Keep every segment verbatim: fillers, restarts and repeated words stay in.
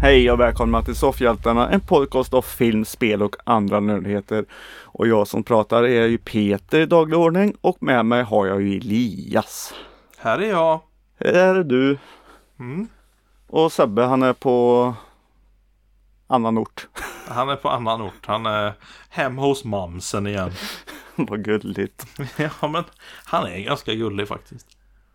Hej och välkomna till Soffhjältarna, en podcast av film, spel och andra nördigheter. Och jag som pratar är ju Peter i daglig ordning och med mig har jag ju Elias. Här är jag. Här är du. Mm. Och Sebbe, han är på annan ort. Han är på annan ort. Han är hem hos mamsen igen. Vad gulligt. Ja, men han är ganska gullig faktiskt.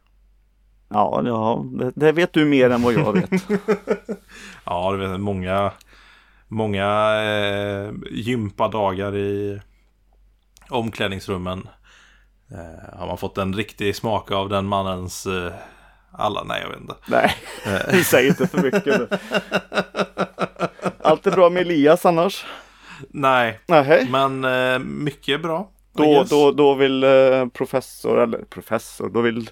Ja, ja det, det vet du mer än vad jag vet. Ja, du vet, många många eh, gympadagar i omklädningsrummen eh, har man fått en riktig smak av den mannens eh, alla, nej jag vet inte. Nej, vi säger inte för mycket nu. Allt är bra med Elias annars? Nej, Nähä. men eh, mycket är bra. Då, då, då vill eh, professor, eller professor, då vill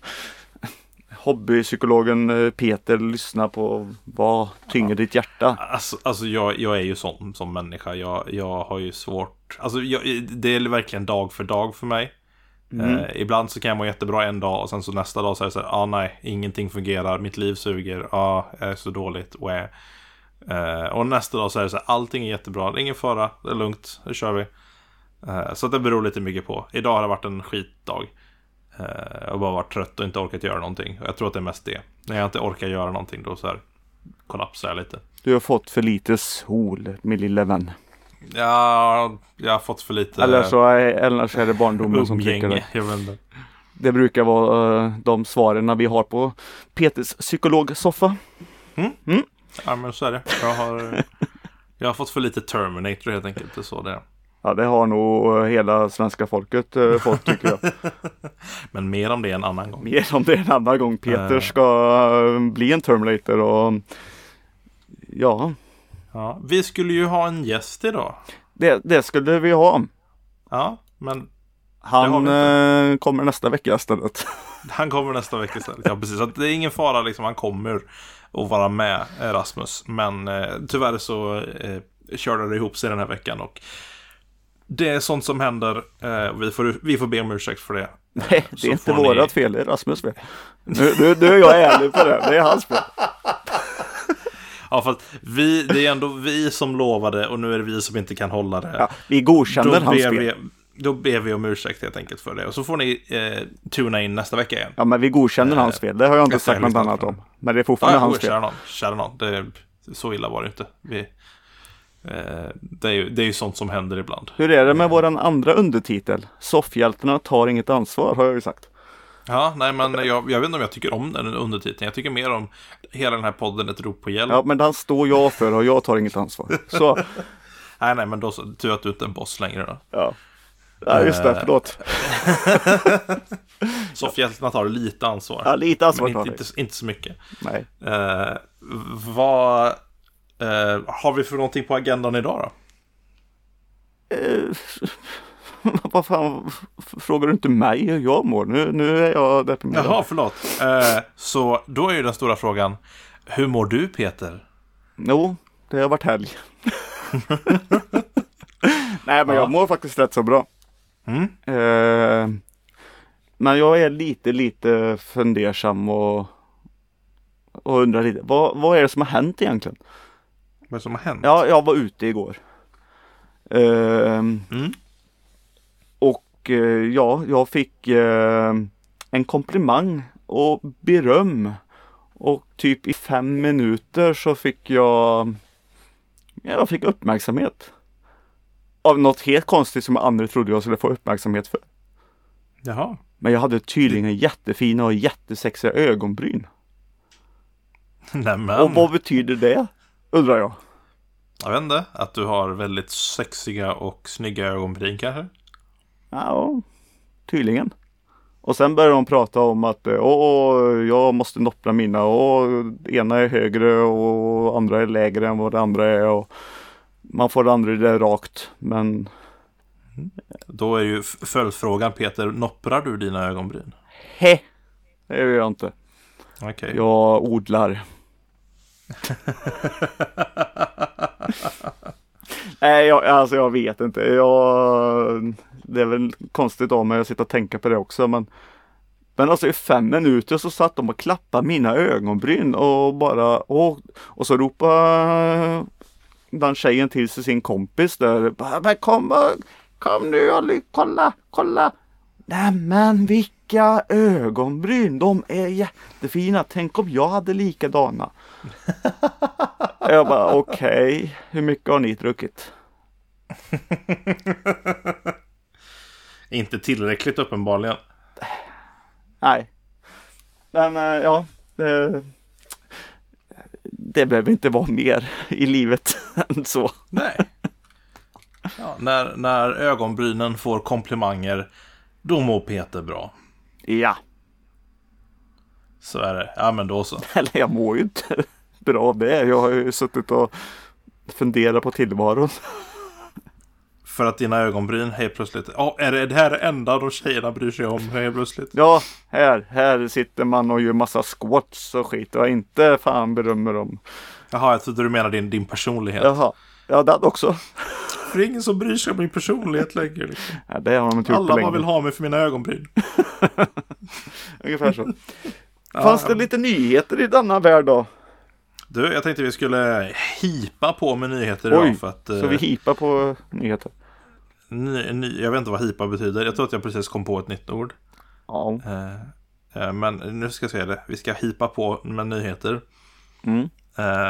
hobbypsykologen Peter lyssna på vad tynger ja. ditt hjärta. Alltså, alltså jag, jag är ju sån som människa. Jag, jag har ju svårt. Alltså jag, det är verkligen dag för dag för mig. Mm. Eh, ibland så kan jag må jättebra en dag och sen så nästa dag så är det så här, ah nej, ingenting fungerar, mitt liv suger, ah, jag är så dåligt. Och, eh, och nästa dag så är det så här, allting är jättebra, det är ingen fara, det är lugnt, det kör vi. Eh, så det beror lite mycket på. Idag har det varit en skitdag. Jag har bara varit trött och inte orkat göra någonting. Jag tror att det är mest det. När jag inte orkar göra någonting då så här kollapsar jag lite. Du har fått för lite sol, min lilla vän. Ja, jag har fått för lite. Eller så är, eller så är det barndomen som trycker det. Jag vet inte. Det brukar vara uh, de svaren vi har på Peters psykologsoffa. Mm. Mm. Ja, men så är det. Jag har, jag har fått för lite Terminator helt enkelt. Det är så det är. Ja, det har nog hela svenska folket uh, fått, tycker jag. Men mer om det en annan gång. Mer om det en annan gång. Peter ska uh, bli en Terminator och ja. Ja. Vi skulle ju ha en gäst idag. Det, det skulle vi ha. Ja, men han uh, kommer nästa vecka istället. Han kommer nästa vecka istället. Ja, precis. Så det är ingen fara liksom. Han kommer att vara med, Rasmus. Men uh, tyvärr så uh, körde det ihop sig den här veckan och det är sånt som händer. Eh, vi, får, vi får be om ursäkt för det. Nej, det är inte vårat ni... fel. Det är Rasmus fel. Nu, nu, nu är jag ärlig på det. Det är hans fel. Ja, för att vi, det är ändå vi som lovade och nu är det vi som inte kan hålla det. Ja, vi godkänner hans fel. Vi, då ber vi om ursäkt helt enkelt för det. Och så får ni eh, tuna in nästa vecka igen. Ja, men vi godkänner eh, hans fel. Det har jag inte jag sagt något annat om. Men det är fortfarande ja, hans fel. Kära någon, kära någon. Det, så illa var det inte. Vi... Det är, ju, det är ju sånt som händer ibland. Hur är det med våran andra undertitel? Soffhjältarna tar inget ansvar, har jag ju sagt. Ja, nej men jag, jag vet inte om jag tycker om den undertiteln. Jag tycker mer om hela den här podden ett rop på hjälp. Ja, men den står jag för och jag tar inget ansvar. Så. nej, nej, men då tur att du inte är en boss längre då. Ja, ja just det, förlåt. Soffhjältarna tar lite ansvar. Ja, lite ansvar men tar inte, inte, inte så mycket. Nej. Uh, vad... Uh, har vi för någonting på agendan idag då? Uh, vad fan frågar du inte mig hur jag mår? Nu, nu är jag deprimerad. Jaha, förlåt. Uh, så då är ju den stora frågan, hur mår du, Peter? Jo, det har varit helg. Nej, men ja. Jag mår faktiskt rätt så bra. Mm. Uh, men jag är lite, lite fundersam och, och undrar lite, vad, vad är det som har hänt egentligen? Vad som har hänt? Ja, jag var ute igår. Uh, mm. Och uh, ja, jag fick uh, en komplimang och beröm. Och typ i fem minuter så fick jag, jag fick uppmärksamhet. Av något helt konstigt som jag aldrig trodde jag skulle få uppmärksamhet för. Jaha. Men jag hade tydligen jättefina och jättesexiga ögonbryn. Nämen. Och vad betyder det? Undrar jag. Jag vet inte, att du har väldigt sexiga och snygga ögonbryn kanske? Ja, tydligen. Och sen började de prata om att åh, jag måste noppra mina och ena är högre och andra är lägre än vad det andra är och man får aldrig det rakt, men... Mm. Då är ju följdfrågan, Peter, nopprar du dina ögonbryn? He, det gör jag inte. Okay. Jag odlar. Nej, jag, alltså jag vet inte. Jag, det är väl konstigt av mig att sitta och tänka på det också, men Men alltså i fem minuter så satt de och klappade mina ögonbryn och bara, och, och så ropade den tjejen till sig sin kompis där. Men kom, kom nu Olli, kolla, kolla. Nämen vilka ögonbryn, de är jättefina. Tänk om jag hade likadana. Jag bara okej, okay. Hur mycket har ni druckit? Inte tillräckligt uppenbarligen. Nej. Men ja, det, det behöver inte vara mer i livet än så. Nej. Ja, när, när ögonbrynen får komplimanger, då mår Peter bra. Ja. Så är det. Ja, men då så. Eller jag mår ju inte bra av det. Jag har ju suttit och funderat på tillvaron. För att dina ögonbryn helt plötsligt... Ja, oh, är det det här det enda de tjejerna bryr sig om helt plötsligt? Ja, här, här sitter man och gör massa squats och skit. Och inte fan berömmer dem. Jaha, jag trodde du menar din, din personlighet. Jaha, ja det också. För det är ingen som bryr sig om min personlighet längre. Liksom. Ja, det har de inte gjort Alla länge. bara vill ha mig för mina ögonbryn. Ungefär så. Fanns det lite nyheter i denna värld då? Du, jag tänkte vi skulle hipa på med nyheter Oj, idag. För att, så vi hipar på nyheter? Ny, ny, jag vet inte vad hipa betyder. Jag tror att jag precis kom på ett nytt ord. Ja. Eh, eh, men nu ska jag säga det. Vi ska hipa på med nyheter. Mm. Eh,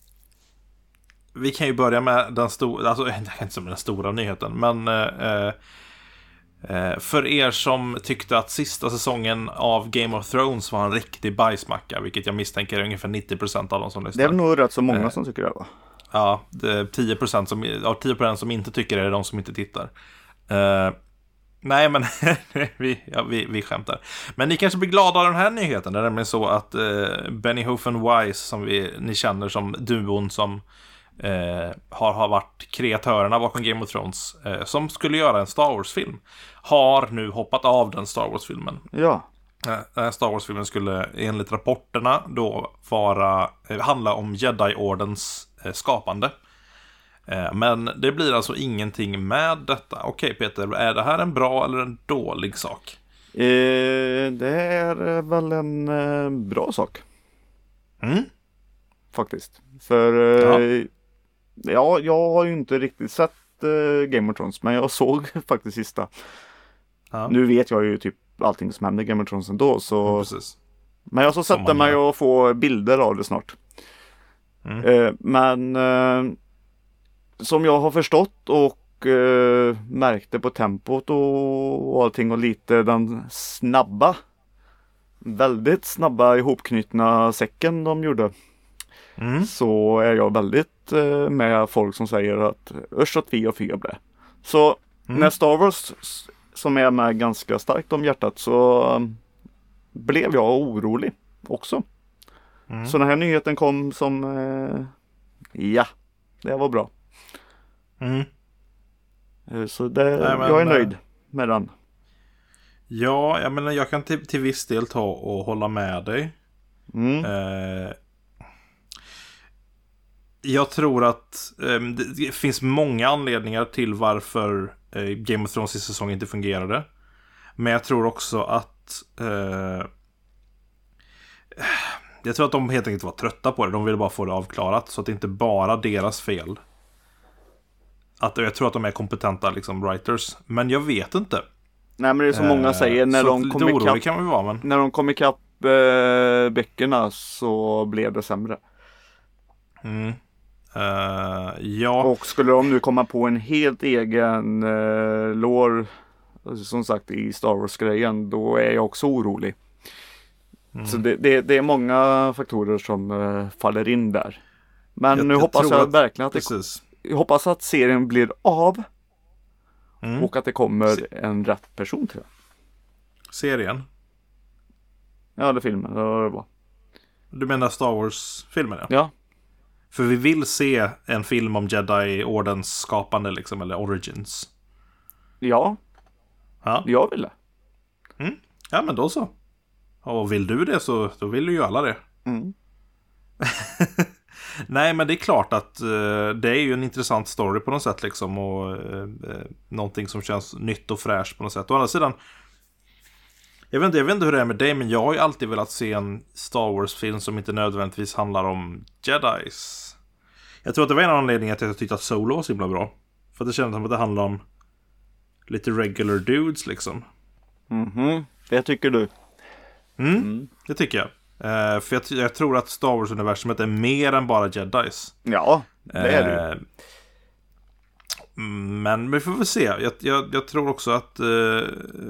vi kan ju börja med den stora, alltså inte som den stora nyheten, men eh, eh, för er som tyckte att sista säsongen av Game of Thrones var en riktig bajsmacka, vilket jag misstänker är ungefär nittio procent av de som lyssnar. Det är nog rätt så många eh, som tycker det, va? Ja, det tio procent som, av tio procent som inte tycker det är de som inte tittar. Eh, nej, men vi, ja, vi, vi skämtar. Men ni kanske blir glada av den här nyheten. Det är nämligen så att eh, Benioff and Weiss, som vi, ni känner som duon som eh, har, har varit kreatörerna bakom Game of Thrones, eh, som skulle göra en Star Wars-film, har nu hoppat av den Star Wars-filmen. Ja. Den här Star Wars-filmen skulle enligt rapporterna då vara, eh, handla om Jedi-ordens eh, skapande. Eh, men det blir alltså ingenting med detta. Okej Peter, är det här en bra eller en dålig sak? Eh, det är väl en eh, bra sak. Mm? Faktiskt. För eh, Ja. ja, jag har ju inte riktigt sett eh, Game of Thrones, men jag såg faktiskt sista. Ja. Nu vet jag ju typ allting som händer i Game of Thrones ändå, så... Mm, precis. Men jag så sätta mig och få bilder av det snart. Mm. Eh, men eh, som jag har förstått och eh, märkte på tempot och, och allting och lite den snabba, väldigt snabba ihopknytna säcken de gjorde. Mm. Så är jag väldigt eh, med folk som säger att usch att vi har feber. Så Mm. när Star Wars, som är med ganska starkt om hjärtat, så um, blev jag orolig också. Mm. Så den här nyheten kom som eh, ja, det var bra. Mm. Eh, Så det, Nej, men, jag är nöjd med den. Ja, jag menar jag kan till, till viss del ta och hålla med dig. Mm. Eh, jag tror att eh, det finns många anledningar till varför eh, Game of Thrones i säsong inte fungerade. Men jag tror också att eh, jag tror att de helt enkelt var trötta på det. De ville bara få det avklarat, så att det inte bara deras fel. Att, jag tror att de är kompetenta liksom writers. Men jag vet inte. Nej, men det är som många Eh, säger, när så de lite kom orolig ikapp, kan vi vara, men... när de kom ikapp eh, böckerna så blev det sämre. Mm. Uh, ja. Och skulle de nu komma på en helt egen eh, lore, som sagt i Star Wars-grejen, då är jag också orolig. Mm. Så det, det, det är många faktorer som eh, faller in där. Men Jag- nu jag hoppas tror jag att- verkligen att det, Precis. jag hoppas att serien blir av Mm. och att det kommer Se- en rätt person till det. Serien. Ja, eller filmen, eller vad det var. Du menar Star Wars-filmen, ja? Ja, För vi vill se en film om Jedi-ordens skapande liksom, eller origins. ja, Ja, jag vill det. ja men då så. Och vill du det så då vill ju alla det. Mm. Nej, men det är klart att eh, det är ju en intressant story på något sätt liksom, och eh, eh, någonting som känns nytt och fräscht på något sätt. Å andra sidan, Jag vet, inte, jag vet inte hur det är med dig, men jag har ju alltid velat se en Star Wars-film som inte nödvändigtvis handlar om Jedis. Jag tror att det var en anledning att jag tyckte att Solo var så himla bra. För det kändes som att det handlar om lite regular dudes liksom. Mhm, det tycker du. Mm, mm. Det tycker jag. Uh, för jag, jag tror att Star Wars-universumet är mer än bara Jedis. Ja, det är det. Uh, men vi får väl se. Jag, jag, jag tror också att... Uh,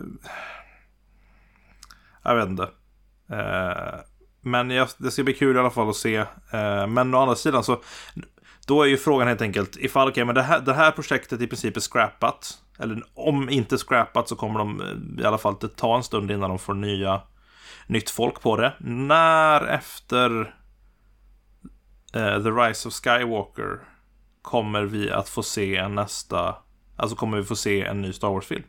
jag vet inte. Uh, men jag, det ska bli kul i alla fall att se. Uh, men å andra sidan så... Då är ju frågan helt enkelt, ifall okay, men det, här, det här projektet i princip är scrappat. Eller om inte scrappat så kommer de i alla fall att ta en stund innan de får nya, nytt folk på det. När efter uh, The Rise of Skywalker kommer vi att få se en nästa... Alltså kommer vi få se en ny Star Wars-film?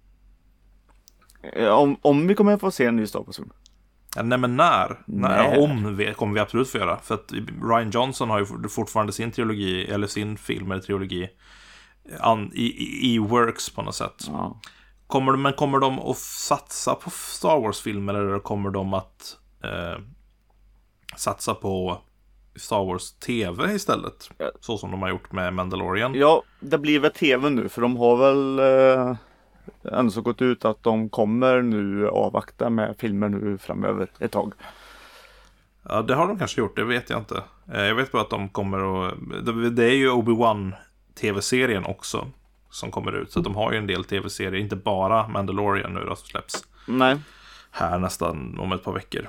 Om, om vi kommer att få se en ny Star Wars-film? Ja, nej men när? när? Nej. Om vi, kommer vi absolut få göra. För att Rian Johnson har ju fortfarande sin trilogi, eller sin film eller trilogi an, i, i, i works på något sätt. Ja. Kommer de, men kommer de att satsa på Star Wars-filmer eller kommer de att eh, satsa på Star Wars-T V istället? Ja. Så som de har gjort med Mandalorian. Ja, det blir väl T V nu, för de har väl eh, ändå så gått ut att de kommer nu avvakta med filmer nu framöver ett tag. Ja, det har de kanske gjort, det vet jag inte. Jag vet bara att de kommer att... Det är ju Obi-Wan-tv-serien också som kommer ut. Så att de har ju en del tv-serier, inte bara Mandalorian nu då, som släpps. Nej. Här nästan om ett par veckor.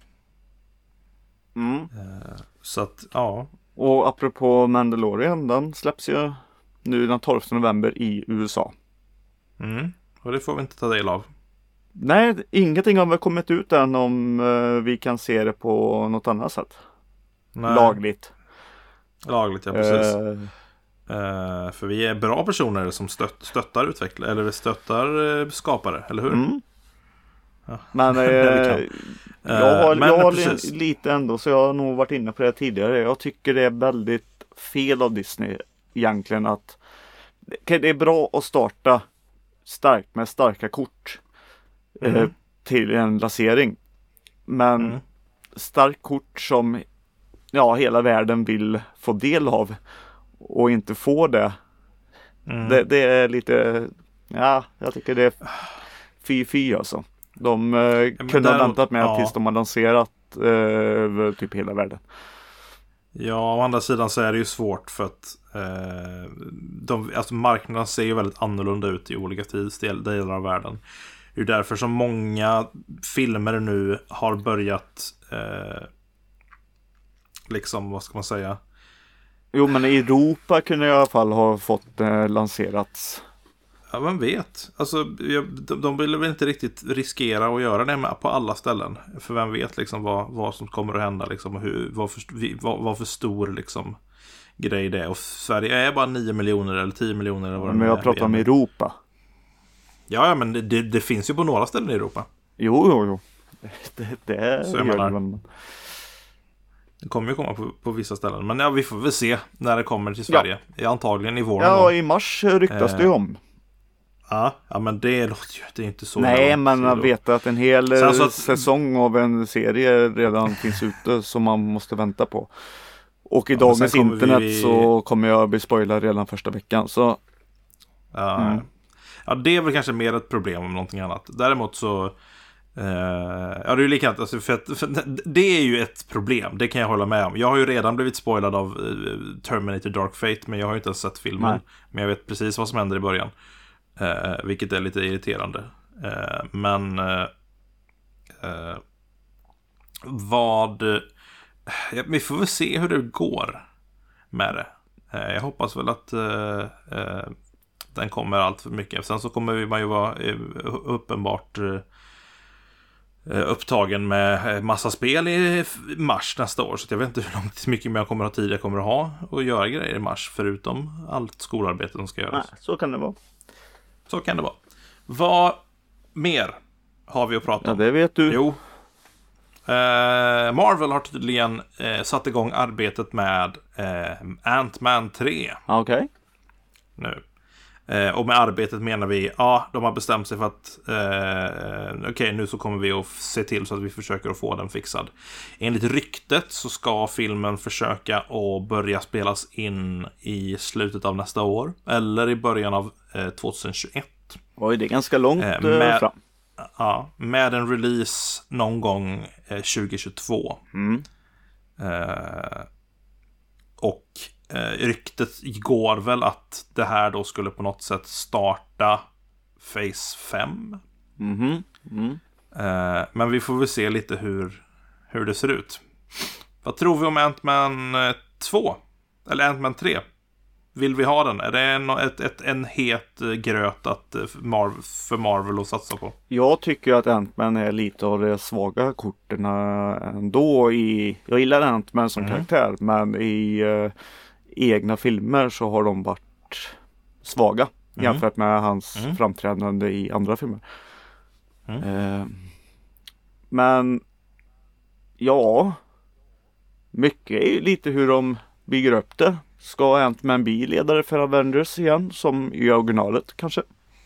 Mm. Så att, ja. Och apropå Mandalorian, den släpps ju nu den tolfte november i U S A. Mm, och det får vi inte ta del av. Nej, ingenting har väl kommit ut än om uh, vi kan se det på något annat sätt. Nej. Lagligt. Lagligt, ja precis. Uh... Uh, för vi är bra personer som stött, stöttar utvecklare, eller stöttar uh, skapare, eller hur? Mm. Ja. Men uh, jag har, uh, men, jag har li- lite ändå, så jag har nog varit inne på det tidigare. Jag tycker det är väldigt fel av Disney egentligen att det är bra att starta starkt med starka kort mm. eh, till en lansering. Men mm. starkt kort som ja, hela världen vill få del av och inte få det. Mm. Det, det är lite, ja, jag tycker det är fy fy alltså. De eh, ja, kunde ha väntat med ja. tills de har lanserat eh, över typ hela världen. Ja, å andra sidan så är det ju svårt för att eh, de, alltså marknaden ser ju väldigt annorlunda ut i olika delar av världen. Det är därför som många filmer nu har börjat eh, liksom, vad ska man säga? Jo, men i Europa kunde i alla fall ha fått eh, lanserats. Ja, man vet. Alltså, de, de vill väl inte riktigt riskera att göra det med på alla ställen. För vem vet liksom vad, vad som kommer att hända liksom, och hur, vad, för, vad, vad för stor liksom, grej det är. Och Sverige är bara nio miljoner eller tio miljoner. Eller vad men jag pratar om Europa. Ja, ja men det, det, det finns ju på några ställen i Europa. Jo, jo, jo. Det, det Så jag menar, det, det kommer ju komma på, på vissa ställen. Men ja, vi får väl se när det kommer till Sverige. Ja. Antagligen i våren. Ja, i mars ryktas eh. det om. Ja, ja, men det låter ju, det är inte så. Nej, men man vet att en hel alltså att... säsong av en serie redan finns ute som man måste vänta på. Och i ja, dagens internet vi... så kommer jag bli spoilad redan första veckan. Så... Ja. Mm. ja, det är väl kanske mer ett problem om någonting annat. Däremot så eh, ja, det är ju likadant, alltså för att, för det är ju ett problem, det kan jag hålla med om. Jag har ju redan blivit spoilad av uh, Terminator Dark Fate, men jag har ju inte ens sett filmen. Nej. Men jag vet precis vad som händer i början. Uh, vilket är lite irriterande. Uh, men uh, uh, vad uh, vi får väl se hur det går med det. Uh, jag hoppas väl att uh, uh, den kommer allt för mycket. Sen så kommer man ju vara uh, uppenbart uh, upptagen med massa spel i mars nästa år. Så jag vet inte hur långt mycket mer jag kommer att ha tid jag kommer att ha och göra grejer i mars förutom allt skolarbete som ska göras. Nej, så kan det vara. Så kan det vara. Vad mer har vi att prata om? Ja, det vet du. Jo. Eh, Marvel har tydligen eh, satt igång arbetet med eh, Ant-Man tre. Okej. Okay. Nu. Eh, och med arbetet menar vi, ja, de har bestämt sig för att eh, okej, okay, nu så kommer vi att se till så att vi försöker att få den fixad. Enligt ryktet så ska filmen försöka att börja spelas in i slutet av nästa år, eller i början av eh, tjugohundratjugoett. Oj, det är ganska långt eh, med, fram. Ja, med en release någon gång eh, tjugohundratjugotvå. Mm. Eh, och eh, ryktet går väl att det här då skulle på något sätt starta Phase fem. Mm-hmm. Mm. Eh, men vi får väl se lite hur, hur det ser ut. Vad tror vi om Ant-Man två? Eller Ant-Man tre? Vill vi ha den? Är det en, ett, ett, en het gröt att Marvel, för Marvel att satsa på? Jag tycker att Ant-Man är lite av de svaga korten ändå. I, jag gillar Ant-Man som mm. karaktär, men i uh, egna filmer så har de varit svaga mm. jämfört med hans mm. framträdande i andra filmer. Mm. Uh, men ja, mycket är ju lite hur de bygger upp det. Ska Ant-Man bli ledare för Avengers igen, som i originalet kanske?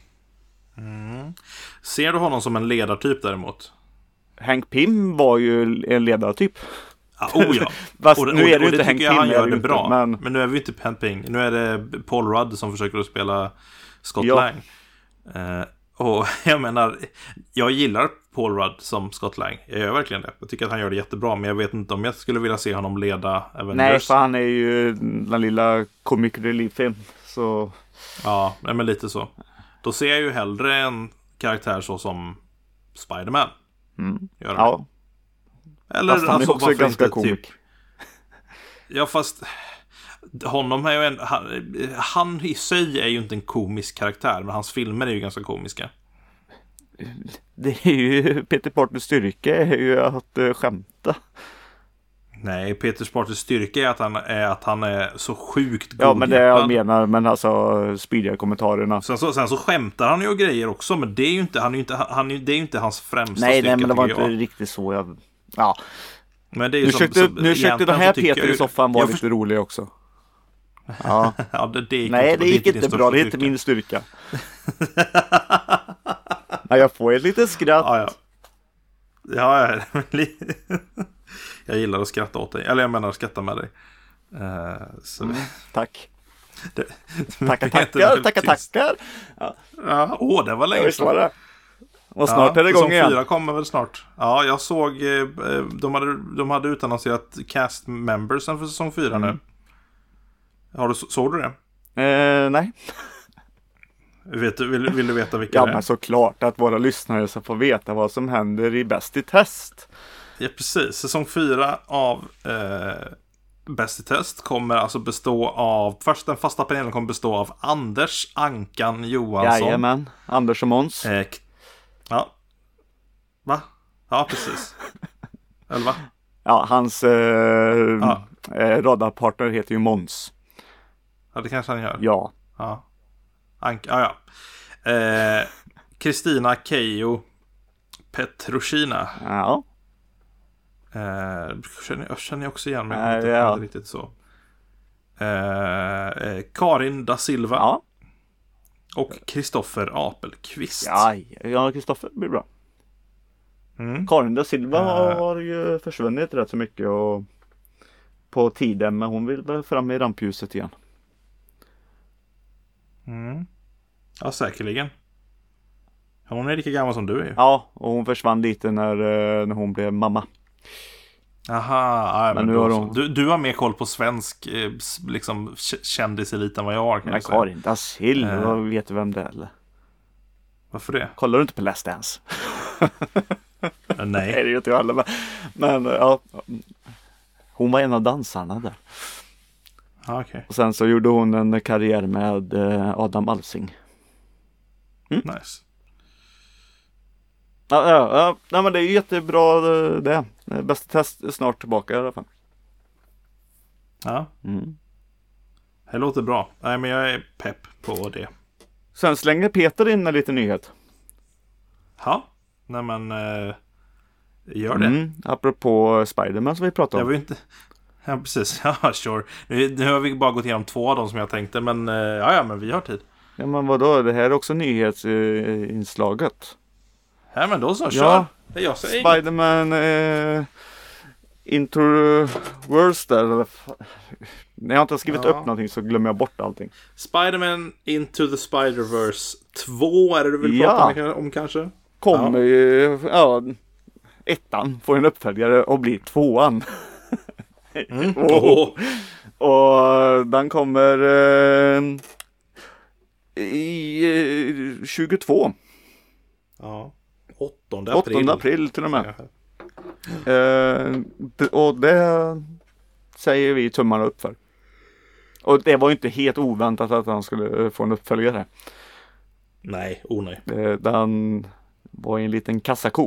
Mm. Ser du honom som en ledartyp däremot? Hank Pym var ju en ledartyp. Ah, oh ja. Fast och, nu är det, och, ju och inte det Hank Pym. Han gör det bra. Men... men nu är vi inte Hank Pym. Nu är det Paul Rudd som försöker att spela Scott ja. Lang. Uh, och jag menar, jag gillar Paul Rudd som Scott Lang. Jag gör verkligen det. Jag tycker att han gör det jättebra, men jag vet inte om jag skulle vilja se honom leda Avengers. Nej, för han är ju den lilla comic relief-film. Så... Ja, men lite så. Då ser jag ju hellre en karaktär så som Spider-Man. Mm. Gör ja. Eller fast han alltså, är också ganska komik. Typ... Ja, fast honom är ju en, han, han i sig är ju inte en komisk karaktär, men hans filmer är ju ganska komiska. Det är ju Peter Parkers styrka är ju att uh, skämta. Nej, Peter Parkers styrka är att han är, att han är så sjukt god. Ja, men det jag menar, men alltså spydiga kommentarerna. Sen så, sen så skämtar han ju och grejer också, men det är ju inte, han är ju inte, han, det är ju inte hans främsta nej, styrka. Nej, men det var jag. inte riktigt så. Jag, ja. Men det är ju nu som, försökte, som, nu försökte den här Peter i soffan vara lite för... rolig också. Ja. ja, det, det gick nej, inte, det gick inte, inte bra. Det är inte min styrka. ja, jag får ett litet skratt. Ja, ja. Ja, jag gillar att skratta åt dig. Eller jag menar att skratta med dig. Uh, så... mm, tack. Det, tackar, tackar, tackar, tackar. Ja, ja åh, det var länge sedan. Och snart ja, är det igång igen. fyra kommer väl snart. Ja, jag såg de hade, de hade utannonserat cast membersen för säsong fyra mm. nu. Har du, såg du det? Eh, nej. Vet du, vill, vill du veta vilka ja, det är? Men såklart att våra lyssnare ska få veta vad som händer i Bäst i test. Ja, precis. Säsong fyra av eh, Bäst i test kommer alltså bestå av... Först den fasta panelen kommer bestå av Anders Ankan Johansson. Jajamän, Anders och Måns. Eh, ja. Va? Ja, precis. Eller va? Ja, hans eh, ja. eh, radarpartner heter ju Måns. Ja, det kanske han gör. Ja. Ja. Ank- ja, ja. Kristina eh, Keijo Petrushina. Ja. Eh, känner, jag känner också igen mig. Äh, inte ja. riktigt så. Eh, Karin da Silva. Ja. Och Kristoffer Apelqvist. Ja, ja Kristoffer blir bra. Mm. Karin da Silva uh. har ju försvunnit rätt så mycket och på tiden, men hon vill väl fram i rampljuset igen. Mm. Ja, säkerligen. Hon är lika gammal som du är. Ja, och hon försvann lite när, när hon blev mamma. Aha, ja, men, men nu har hon... du, du har mer koll på svensk liksom, kändiselit än vad jag har. Men Karin da Silva, uh. vet du vem det är eller? Varför det? Kollar du inte på Let's Dance? Nej. Nej, det är ju inte jag heller. Men, men ja, hon var en av dansarna där. Ah, okay. Och sen så gjorde hon en karriär med Adam Alsing. Mm? Nice. Ja, ja, ja. Nej, men det är jättebra det. Bästa test är snart tillbaka i alla fall. Ja. Mm. Det låter bra. Nej, men jag är pepp på det. Sen slänger Peter in en liten nyhet. Ja. Nej, men äh, gör det. Mm, apropå Spider-Man som vi pratade om. Jag vill inte... Ja, precis. Ja, sure. Nu, nu har vi bara gått igenom två av dem som jag tänkte. Men äh, ja, ja, men vi har tid. Ja, men vadå? Det här är också nyhetsinslaget. Ja, men då så, kör. Ja, Det är jag säger. Spider-Man eh, Into the Worst där. Eller f- När jag inte har skrivit Ja. upp någonting så glömmer jag bort allting. Spider-Man Into the Spider-Verse två är det du vill Ja. prata med, om kanske? Kommer ju, ja, ettan får en uppföljare och blir tvåan. Mm. Och, och den kommer eh, i eh, tjugotvå. Ja. åttonde april. åttonde april till och med. Eh, d- och det säger vi tummarna upp för. Och det var ju inte helt oväntat att han skulle få en uppföljare. Nej, oh nej. Eh, den var en liten kassako.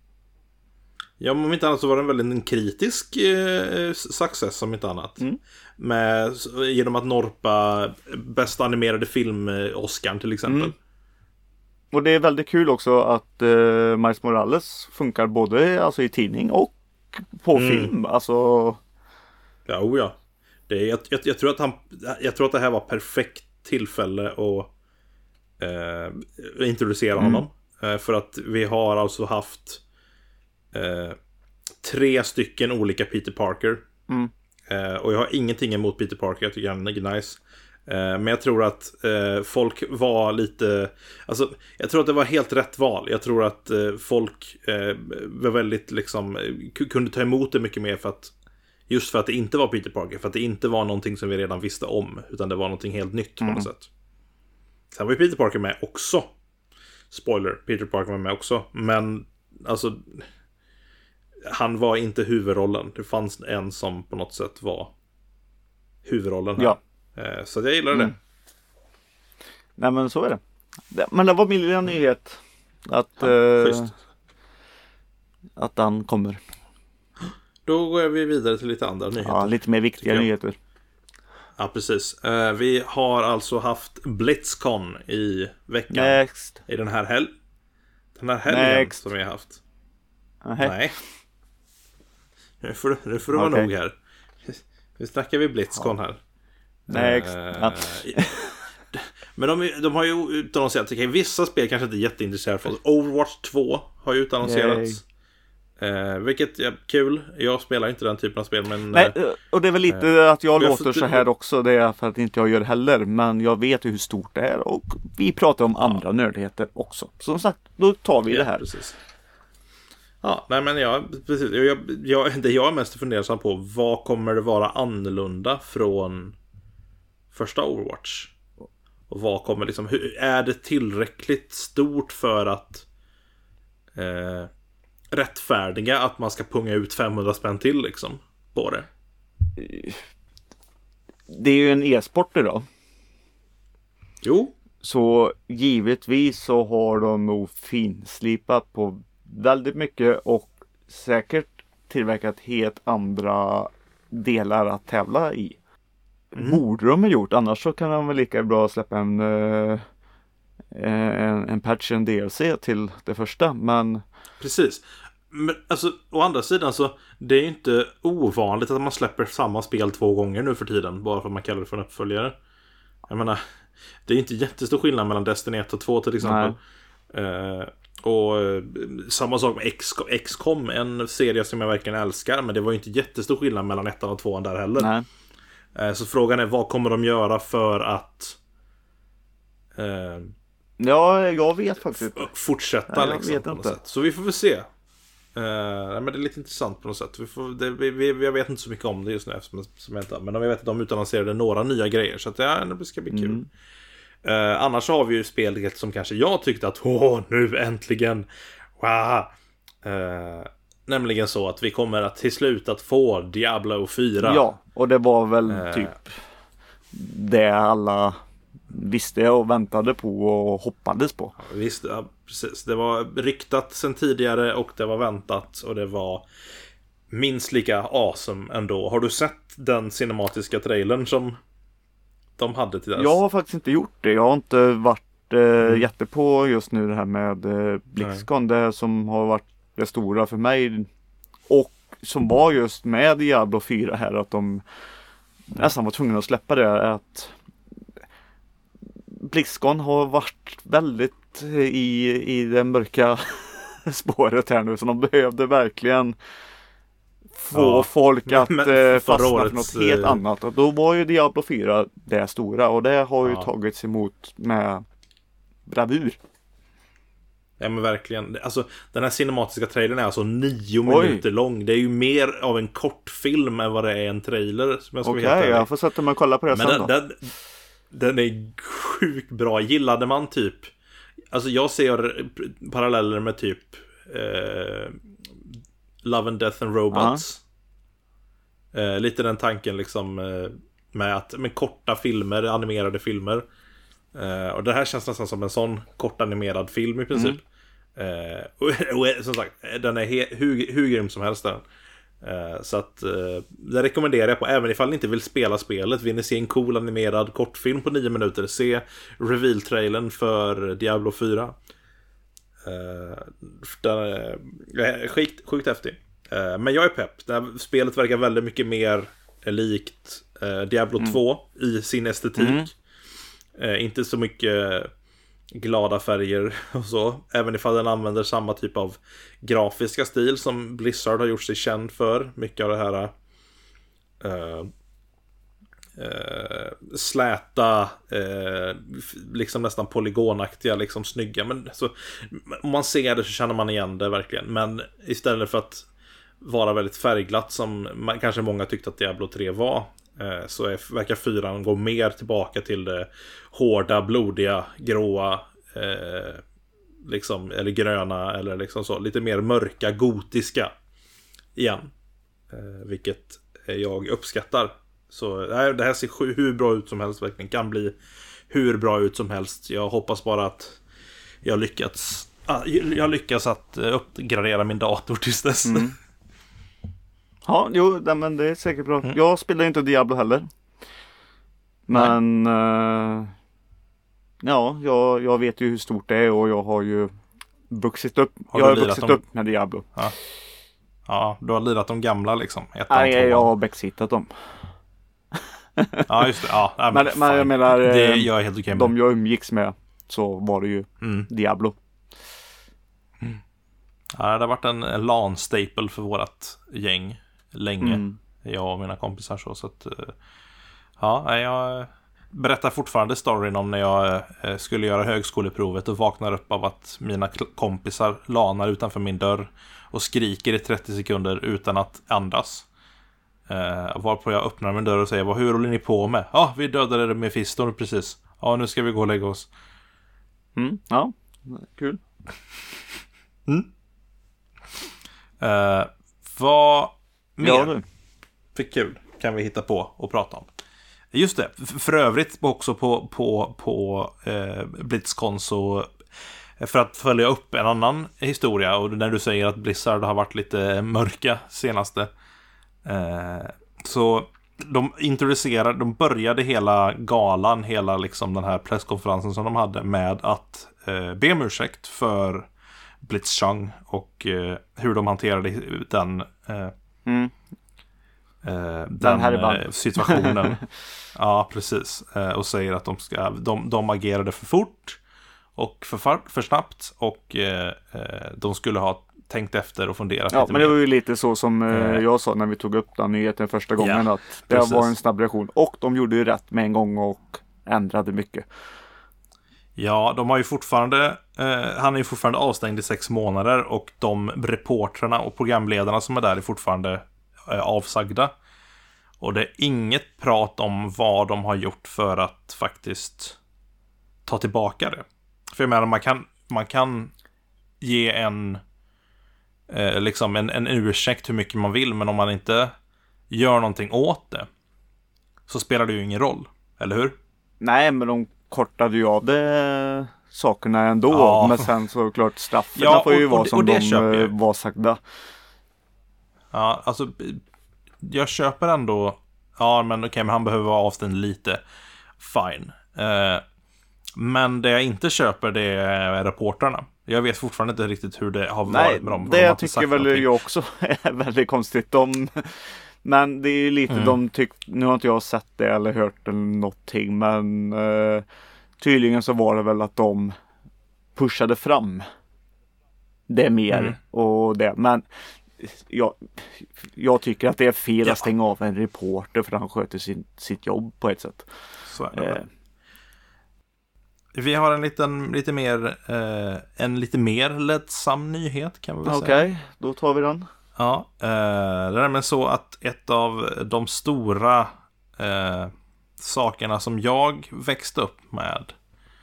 Ja, men om inte annat så var det en väldigt en kritisk eh, success som inte annat. Mm. Med, genom att norpa bästa animerade film eh, Oscar till exempel. Mm. Och det är väldigt kul också att eh, Miles Morales funkar både alltså, i tidning och på Mm. film. Alltså, Ja, oh ja. Det är, jag, jag, jag, tror att han, jag tror att det här var perfekt tillfälle att eh, introducera Mm. honom. Eh, för att vi har alltså haft eh, tre stycken olika Peter Parker. Mm. Eh, och jag har ingenting emot Peter Parker, jag tycker han är nice. Eh, men jag tror att eh, folk var lite... Alltså, jag tror att det var helt rätt val. Jag tror att eh, folk eh, var väldigt liksom... k- kunde ta emot det mycket mer för att... Just för att det inte var Peter Parker. För att det inte var någonting som vi redan visste om. Utan det var någonting helt nytt Mm. på något sätt. Sen var ju Peter Parker med också. Spoiler, Peter Parker var med också. Men alltså... Han var inte huvudrollen. Det fanns en som på något sätt var huvudrollen här. ja. Eh, Så jag gillar Mm. det. Nej men så är det. det. Men det var min lilla nyhet. Att, Ja, eh, schysst. att den kommer. Då går vi vidare till lite andra nyheter. Ja, Ja, lite mer viktiga jag. nyheter. precis. Eh, Vi har alltså haft BlitzCon i veckan. Next. I den här helg. Den här helgen Next. som vi har haft. Nähä. Nej. Nu får, nu får det vara Okej. nog här. Nu snackar vi BlitzCon här. Next. Eh, Ja. Men de, de har ju utannonserat, okay, vissa spel kanske inte är jätteintresserade för oss. Overwatch två har ju utannonserats. Eh, vilket är kul. Jag spelar inte den typen av spel, men... Nej, och det är väl lite att jag jag låter får- så här också. Det är för att inte jag gör heller. Men jag vet ju hur stort det är. Och vi pratar om andra nördigheter också. Som sagt, då tar vi det här. Precis. Ja, nej men jag, precis. Jag, jag, det jag är mest fundersam på, vad kommer det vara annorlunda från första Overwatch? Och vad kommer liksom, hur, är det tillräckligt stort för att eh, rättfärdiga att man ska punga ut femhundra spänn till liksom på det? Det är ju en e-sport idag. Jo, Så givetvis så har de nog finslipat på väldigt mycket och säkert tillverkat helt andra delar att tävla i. Mm. Borde de ha gjort, annars så kan de väl lika bra släppa en, eh, en, en patch, en D L C till det första. Men precis. Men alltså, å andra sidan så, det är ju inte ovanligt att man släpper samma spel två gånger nu för tiden, bara för att man kallar det för en uppföljare. Jag menar, det är inte jättestor skillnad mellan Destiny ett och två till exempel. Eh, och eh, samma sak med X- X-com, en serie som jag verkligen älskar, men det var ju inte jättestor skillnad mellan ettan och tvåan där heller. nej. Eh, så frågan är, vad kommer de göra för att eh, Ja, jag vet faktiskt. fortsätta Nej, jag liksom, vet på något inte. sätt. Så vi får väl se. Uh, men det är lite intressant på något sätt. Vi får, det, vi, vi, jag vet inte så mycket om det just nu eftersom, som jag inte, men jag vet att de utannonserade några nya grejer, så att, ja, det ska bli kul. Mm. Uh, annars har vi ju spelet som kanske jag tyckte att åh, nu äntligen wow. uh, Nämligen så att vi kommer att till slut att få Diablo fyra. Ja, och det var väl Eh. typ det alla visste och väntade på och hoppades på. Visst, ja, precis. Det var ryktat sen tidigare och det var väntat och det var minst lika awesome ändå. Har du sett den cinematiska trailern som de hade till dess? Jag har faktiskt inte gjort det. Jag har inte varit eh, jätte på just nu det här med eh, BlizzCon. Det som har varit det stora för mig och som var just med Diablo fyra här, att de nästan var tvungna att släppa det, att BlizzCon har varit väldigt i, i det mörka spåret här nu, så de behövde verkligen få ja, folk att men, men fastna årets, för något helt annat. Och då var ju Diablo fyra det stora, och det har ju ja. tagits emot med bravur. Ja men verkligen. Alltså den här cinematiska trailern är alltså nio Oj. minuter lång. Det är ju mer av en kortfilm än vad det är en trailer. Okej, okay, jag får sätta mig och kolla på det men sen den, då. Den, den är sjukt bra. Gillade man typ... Alltså jag ser paralleller med typ eh, Love and Death and Robots. Uh-huh. Eh, lite den tanken liksom eh, med att med korta filmer, animerade filmer. Uh, och det här känns nästan som en sån kort animerad film i princip. Mm. Uh, och, och som sagt, den är he- hur, hur grym som helst den. Uh, så att uh, det rekommenderar jag på. Även ifall ni inte vill spela spelet, vill ni se en cool animerad kortfilm på nio minuter, se reveal-trailern för Diablo fyra. Uh, den är sjukt, sjukt häftig. Uh, men jag är pepp. Det här spelet verkar väldigt mycket mer likt uh, Diablo mm. två i sin estetik. Mm. Eh, inte så mycket glada färger och så. Även ifall den använder samma typ av grafiska stil som Blizzard har gjort sig känd för. Mycket av det här eh, eh, släta eh, liksom nästan polygonaktiga, liksom snygga. Men så, om man ser det så känner man igen det verkligen. Men istället för att vara väldigt färgglatt som man, kanske många tyckte att Diablo tre var, så är, verkar fyran gå mer tillbaka till det hårda, blodiga, gråa eh, liksom, eller gröna, eller liksom så, lite mer mörka, gotiska igen, eh, vilket jag uppskattar. Så nej, det här ser hur bra ut som helst, verkligen kan bli hur bra ut som helst. Jag hoppas bara att jag lyckats jag lyckas att uppgradera min dator tills dess. Mm. Ja, jo, men det är säkert bra. Mm. Jag spelar inte Diablo heller. Men uh, ja, jag, jag vet ju hur stort det är, och jag har ju vuxit upp. Har jag har vuxit dem? upp med Diablo. Ja. Ja, du har lirat de gamla liksom. Nej, jag har backsittat dem. Ja, just det. Ja, nej, men, men, men jag menar, det jag är helt okej med. De jag umgicks med, så var det ju mm. Diablo. Mm. Ja, det har varit en, en LAN-staple för vårat gäng länge. Mm. Jag och mina kompisar så, så att ja, jag berättar fortfarande storyn om när jag skulle göra högskoleprovet och vaknar upp av att mina kompisar lanar utanför min dörr och skriker i trettio sekunder utan att andas. Eh, varpå jag öppnar min dörr och säger: vad, hur håller ni på med? Ja, ah, vi dödade det med fistor precis. Ja, ah, nu ska vi gå och lägga oss. Mm, ja, kul. Mm. Eh, vad mer ja, du. för kul kan vi hitta på och prata om? Just det, för övrigt också på, på, på eh, BlizzCon, så för att följa upp en annan historia, och när du säger att Blizzard har varit lite mörka senaste, eh, så de introducerade, de började hela galan, hela liksom den här presskonferensen som de hade med att eh, be om ursäkt för Blitzchung och eh, hur de hanterade den eh, mm. eh, den, den eh, situationen. Ja, precis. Eh, och säger att de, ska, de, de agerade för fort och för, för snabbt, och eh, de skulle ha tänkt efter och funderat ja, lite men mer. Det var ju lite så som eh, jag sa när vi tog upp den nyheten första gången, ja, att det precis. var en snabb reaktion, och de gjorde ju rätt med en gång och ändrade mycket. Ja, de har ju fortfarande eh, han är ju fortfarande avstängd i sex månader, och de reportrarna och programledarna som är där är fortfarande eh, avsagda. Och det är inget prat om vad de har gjort för att faktiskt ta tillbaka det. För jag menar, man kan, man kan ge en eh, liksom en, en ursäkt hur mycket man vill, men om man inte gör någonting åt det så spelar det ju ingen roll, eller hur? Nej, men de kortade ju av det sakerna ändå, ja. Men sen så klart straffen ja, får ju och, vara och, som och de var sagda. Ja, alltså jag köper ändå, ja men okej, okay, men han behöver vara avstängd lite, fine. Eh, men det jag inte köper, det är reportrarna. Jag vet fortfarande inte riktigt hur det har varit Nej, med dem. Det de jag tycker väl någonting. Jag också är väldigt konstigt. De, men det är lite mm. de tycker, nu har inte jag sett det eller hört eller någonting, men eh, tydligen så var det väl att de pushade fram det mer mm. och det. Men jag, jag tycker att det är fel ja. att stänga av en reporter för att han sköter sin, sitt jobb på ett sätt. Så är det. Eh. Vi har en liten, lite mer eh, en lite mer lättsam nyhet kan vi väl okay, säga. Okej, då tar vi den. Ja, eh, det är men så att ett av de stora eh, sakerna som jag växte upp med,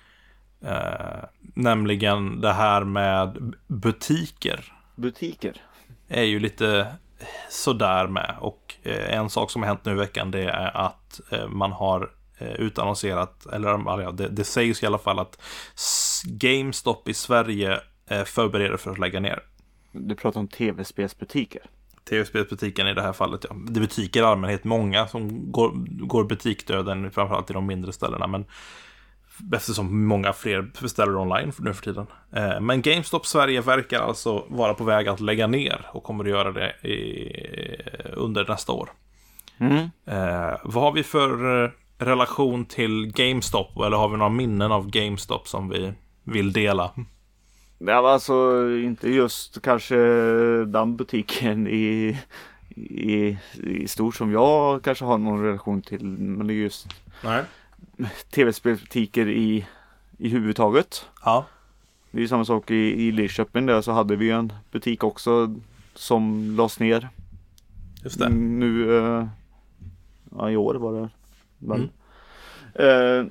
eh, nämligen det här med butiker. Butiker? Är ju lite sådär med. Och eh, en sak som har hänt nu i veckan, det är att eh, man har eh, utannonserat, eller ja, det, det sägs i alla fall att GameStop i Sverige eh, förbereder för att lägga ner. Du pratar om tv-spelsbutiker. Tv-spelsbutiken i det här fallet, ja. Det är butiker i allmänhet, många som går, går butikdöden, framförallt i de mindre ställena, men eftersom många fler beställer online för nu för tiden. Eh, men GameStop Sverige verkar alltså vara på väg att lägga ner och kommer att göra det i, under nästa år. Mm. Eh, vad har vi för eh, relation till GameStop, eller har vi några minnen av GameStop som vi vill dela? Det var alltså inte just kanske den butiken i, i, i stort som jag kanske har någon relation till, men det är just Nej. tv-spelsbutiker i, i huvudtaget. Ja. Det är ju samma sak i, i Lidköping där, så hade vi en butik också som lades ner. Just det. Nu, uh, ja, i år var det. Men, mm.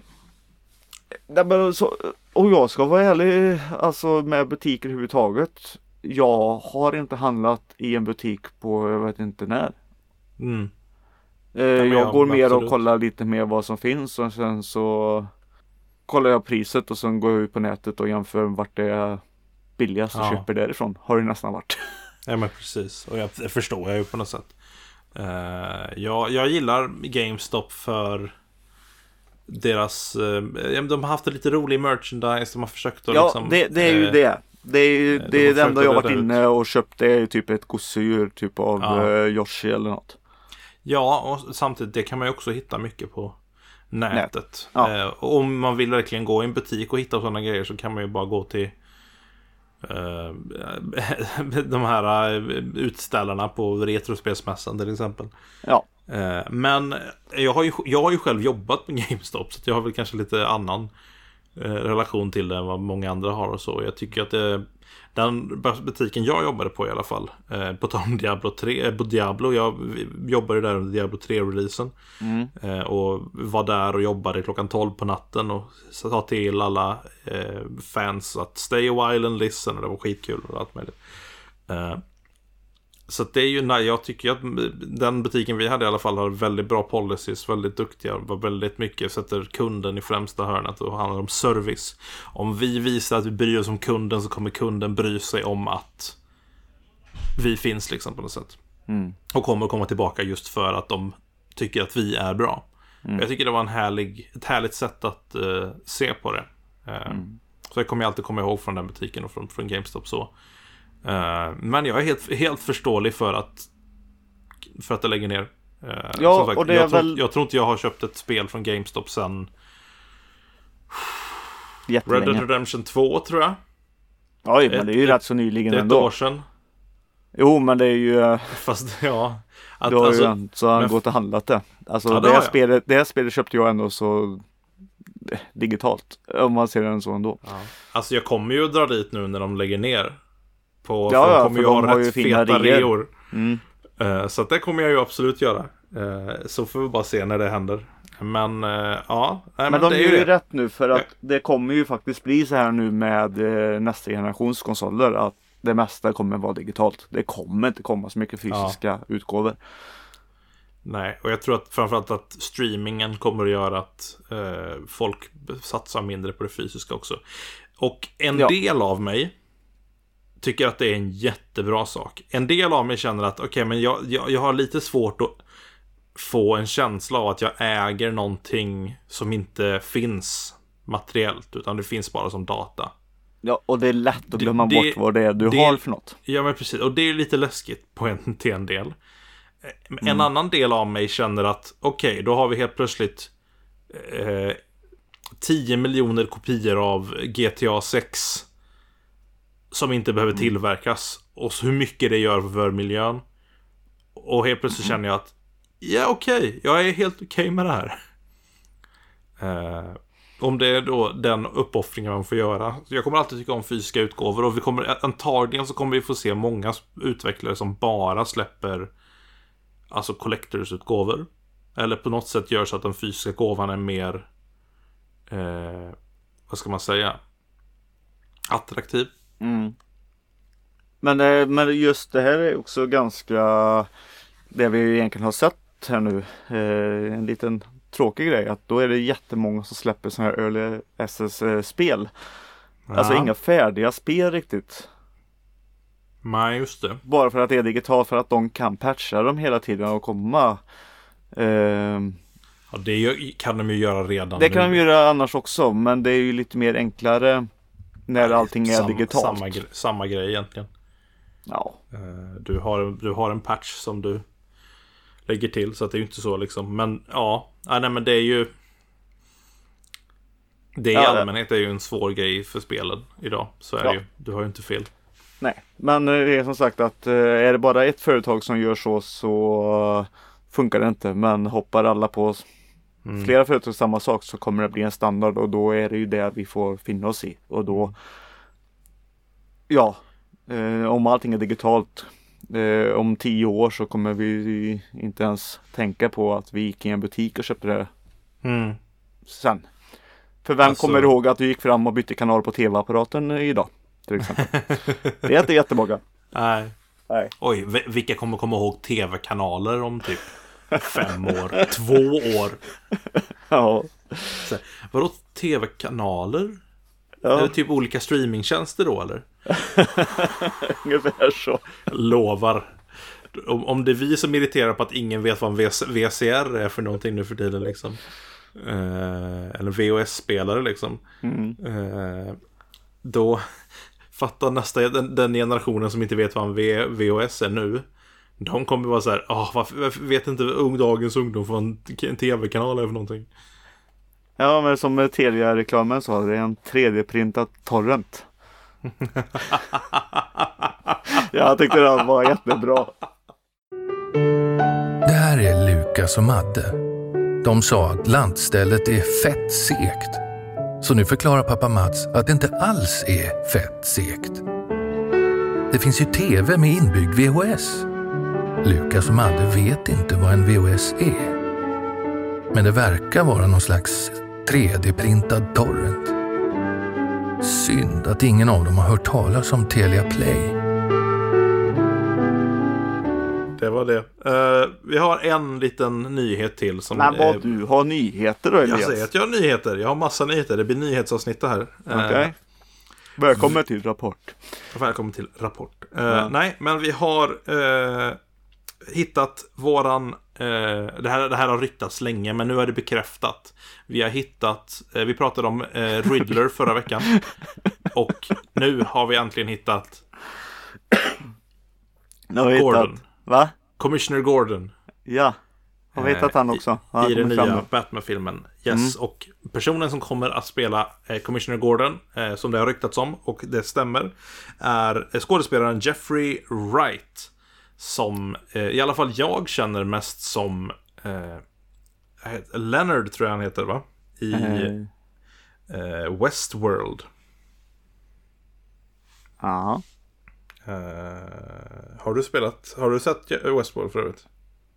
uh, så, och jag ska vara ärlig, alltså med butiker överhuvudtaget. Jag har inte handlat i en butik på, jag vet inte när. Mm. Uh, jag, jag går mer och kollar lite mer vad som finns, och sen så kollar jag priset och sen går jag ut på nätet och jämför vart det är billigast och ja. köper därifrån. Har det nästan varit. Ja, men precis. Och jag förstår jag ju på något sätt. Uh, jag, jag gillar GameStop för deras uh, de har haft en lite rolig merchandise. De har försökt att ja, liksom, det, det är ju uh, det. Det är ju de det, är det enda jag varit ut. inne och köpt. Det är ju typ ett gosedjur typ av ja. uh, Yoshi eller något. Ja, och samtidigt det kan man ju också hitta mycket på nätet. Ja. Uh, och om man vill verkligen gå i en butik och hitta sådana grejer, så kan man ju bara gå till Uh, de här uh, utställarna på Retrospelsmässan till exempel. Ja. Uh, men jag har, ju, jag har ju själv jobbat med GameStop, så jag har väl kanske lite annan uh, relation till det än vad många andra har och så. Jag tycker att det, den butiken jag jobbade på i alla fall, uh, på tal om Diablo tre, på Diablo, jag jobbade där under Diablo tre-releasen mm. uh, och var där och jobbade klockan tolv på natten och sa till alla uh, fans att stay a while and listen, och det var skitkul och allt möjligt. Uh, så det är ju, nej, jag tycker att den butiken vi hade i alla fall har väldigt bra policies, väldigt duktiga, var väldigt mycket, sätter kunden i främsta hörnet och handlar om service. Om vi visar att vi bryr oss om kunden, så kommer kunden bry sig om att vi finns liksom på något sätt. Mm. Och kommer komma tillbaka just för att de tycker att vi är bra. Mm. Jag tycker det var en härlig, ett härligt sätt att uh, se på det. Uh, mm. Så jag kommer alltid komma ihåg från den butiken och från, från GameStop så. Uh, men jag är helt, helt förståelig för att för att det lägger ner. Uh, ja, sagt, och det jag, är tror, väl... jag tror inte jag har köpt ett spel från GameStop sen Red Dead Redemption två, tror jag. Oj, men det är ju ett, rätt så nyligen det är ändå. Ett år sedan. Jo, men det är ju... Fast, ja. Att, då har alltså, ju en, så han men... gått och handlat det. Alltså, ja, det, här jag. spelet, det här spelet köpte jag ändå så digitalt. Om man ser den så ändå. Ja. Alltså, jag kommer ju att dra dit nu när de lägger ner. På, ja, för ja, de kommer för ju de ha har rätt ju fina feta reor. reor. Mm. Uh, så att det kommer jag ju absolut göra. Uh, så får vi bara se när det händer. Men uh, ja. Nej, men, men de det gör är ju det. rätt nu, för att ja. det kommer ju faktiskt bli så här nu med uh, nästa generations konsoler, att det mesta kommer vara digitalt. Det kommer inte komma så mycket fysiska ja. utgåvor. Nej, och jag tror att framförallt att streamingen kommer att göra att uh, folk satsar mindre på det fysiska också. Och en ja. del av mig tycker att det är en jättebra sak. En del av mig känner att okej, okay, men jag, jag, jag har lite svårt att få en känsla av att jag äger någonting som inte finns materiellt, utan det finns bara som data. Ja, och det är lätt att glömma det, bort det, vad det är du det, har för något. Ja, men precis. Och det är lite läskigt på en, till en del. En mm. annan del av mig känner att okej, okay, då har vi helt plötsligt eh, tio miljoner kopior av G T A sex som inte behöver tillverkas. Och så hur mycket det gör för miljön. Och helt plötsligt känner jag att ja, okej, okay, jag är helt okej okay med det här. Uh, om det är då den uppoffringen man får göra. Så jag kommer alltid tycka om fysiska utgåvor. Och vi kommer, antagligen så kommer vi få se många utvecklare som bara släpper alltså collectors-utgåvor. Eller på något sätt gör så att den fysiska gåvan är mer eh, vad ska man säga, attraktiv. Mm. Men, men just det här är också ganska det vi egentligen har sett här nu. Eh, en liten tråkig grej att då är det jättemånga som släpper sådana här early access-spel. Ja. Alltså inga färdiga spel riktigt. Nej, just det. Bara för att det är digitalt, för att de kan patcha dem hela tiden och komma. Eh, ja, det kan de ju göra redan. Det kan nu. de göra annars också, men det är ju lite mer enklare när Nej, allting är sam, digitalt. Samma, gre- samma grej egentligen. Ja. Uh, du, har, du har en patch som du lägger till, så att det är ju inte så liksom. Men ja, nej, men det är ju det i ja, allmänhet är ju en svår grej för spelen idag. Så är ja. det ju, du har ju inte fel. Nej, men det är som sagt att är det bara ett företag som gör så så funkar det inte. Men hoppar alla på mm. flera företag samma sak så kommer det bli en standard och då är det ju det vi får finna oss i. Och då ja, eh, om allting är digitalt eh, om tio år så kommer vi inte ens tänka på att vi gick i en butik och köpte det mm. sen. För vem alltså... kommer ihåg att du gick fram och bytte kanal på tv-apparaten idag? Till exempel. Det är inte jättemånga. Nej. Nej. Oj, v- vilka kommer komma ihåg tv-kanaler om typ fem år? Två år? Ja. Så, vadå tv-kanaler? Ja. Är det typ olika streamingtjänster då, eller? Ungefär så. Lovar. Om, om det är vi som irriterar på att ingen vet vad en V C R är för någonting nu för tiden liksom. Eh, eller V H S-spelare liksom. Mm. Eh, då fattar nästa den, den generationen som inte vet vad en v, VHS är nu. De kommer vara så här, åh, varför, varför vet inte ung, dagens ungdom vad en, en tv-kanal är för någonting? Ja, men som Telia-reklamen sa, det är en tre D-printad torrent. Jag tyckte det var jättebra. Det här är Lukas och Madde. De sa att lantstället är fett segt. Så nu förklarar pappa Mats att det inte alls är fett segt. Det finns ju tv med inbyggd V H S. Lukas och Madde vet inte vad en V H S är. Men det verkar vara någon slags tre D-printad torrent. Synd att ingen av dem har hört talas om Telia Play. Det var det. Uh, vi har en liten nyhet till. Som Men vad är... du har nyheter då, Elias? Jag säger att jag har nyheter. Jag har massa nyheter. Det blir nyhetsavsnitt här. Okej. Okay. Uh, välkommen till Rapport. Välkommen till Rapport. Uh, ja. Nej, men vi har uh, hittat våran... Uh, det, här, det här har ryktats länge, men nu är det bekräftat. Vi har hittat... Uh, vi pratade om uh, Riddler förra veckan. Och nu har vi äntligen hittat... Gordon. Hittat. Va? Commissioner Gordon. Ja, har vi hittat han också. I, i den nya Batman-filmen. Yes, mm. Och personen som kommer att spela eh, Commissioner Gordon, eh, som det har ryktats om, och det stämmer, är skådespelaren Jeffrey Wright. Som eh, i alla fall jag känner mest som eh, Leonard, tror jag han heter, va? I mm. eh, Westworld. Ja. Uh, har du spelat, har du sett Westworld förut?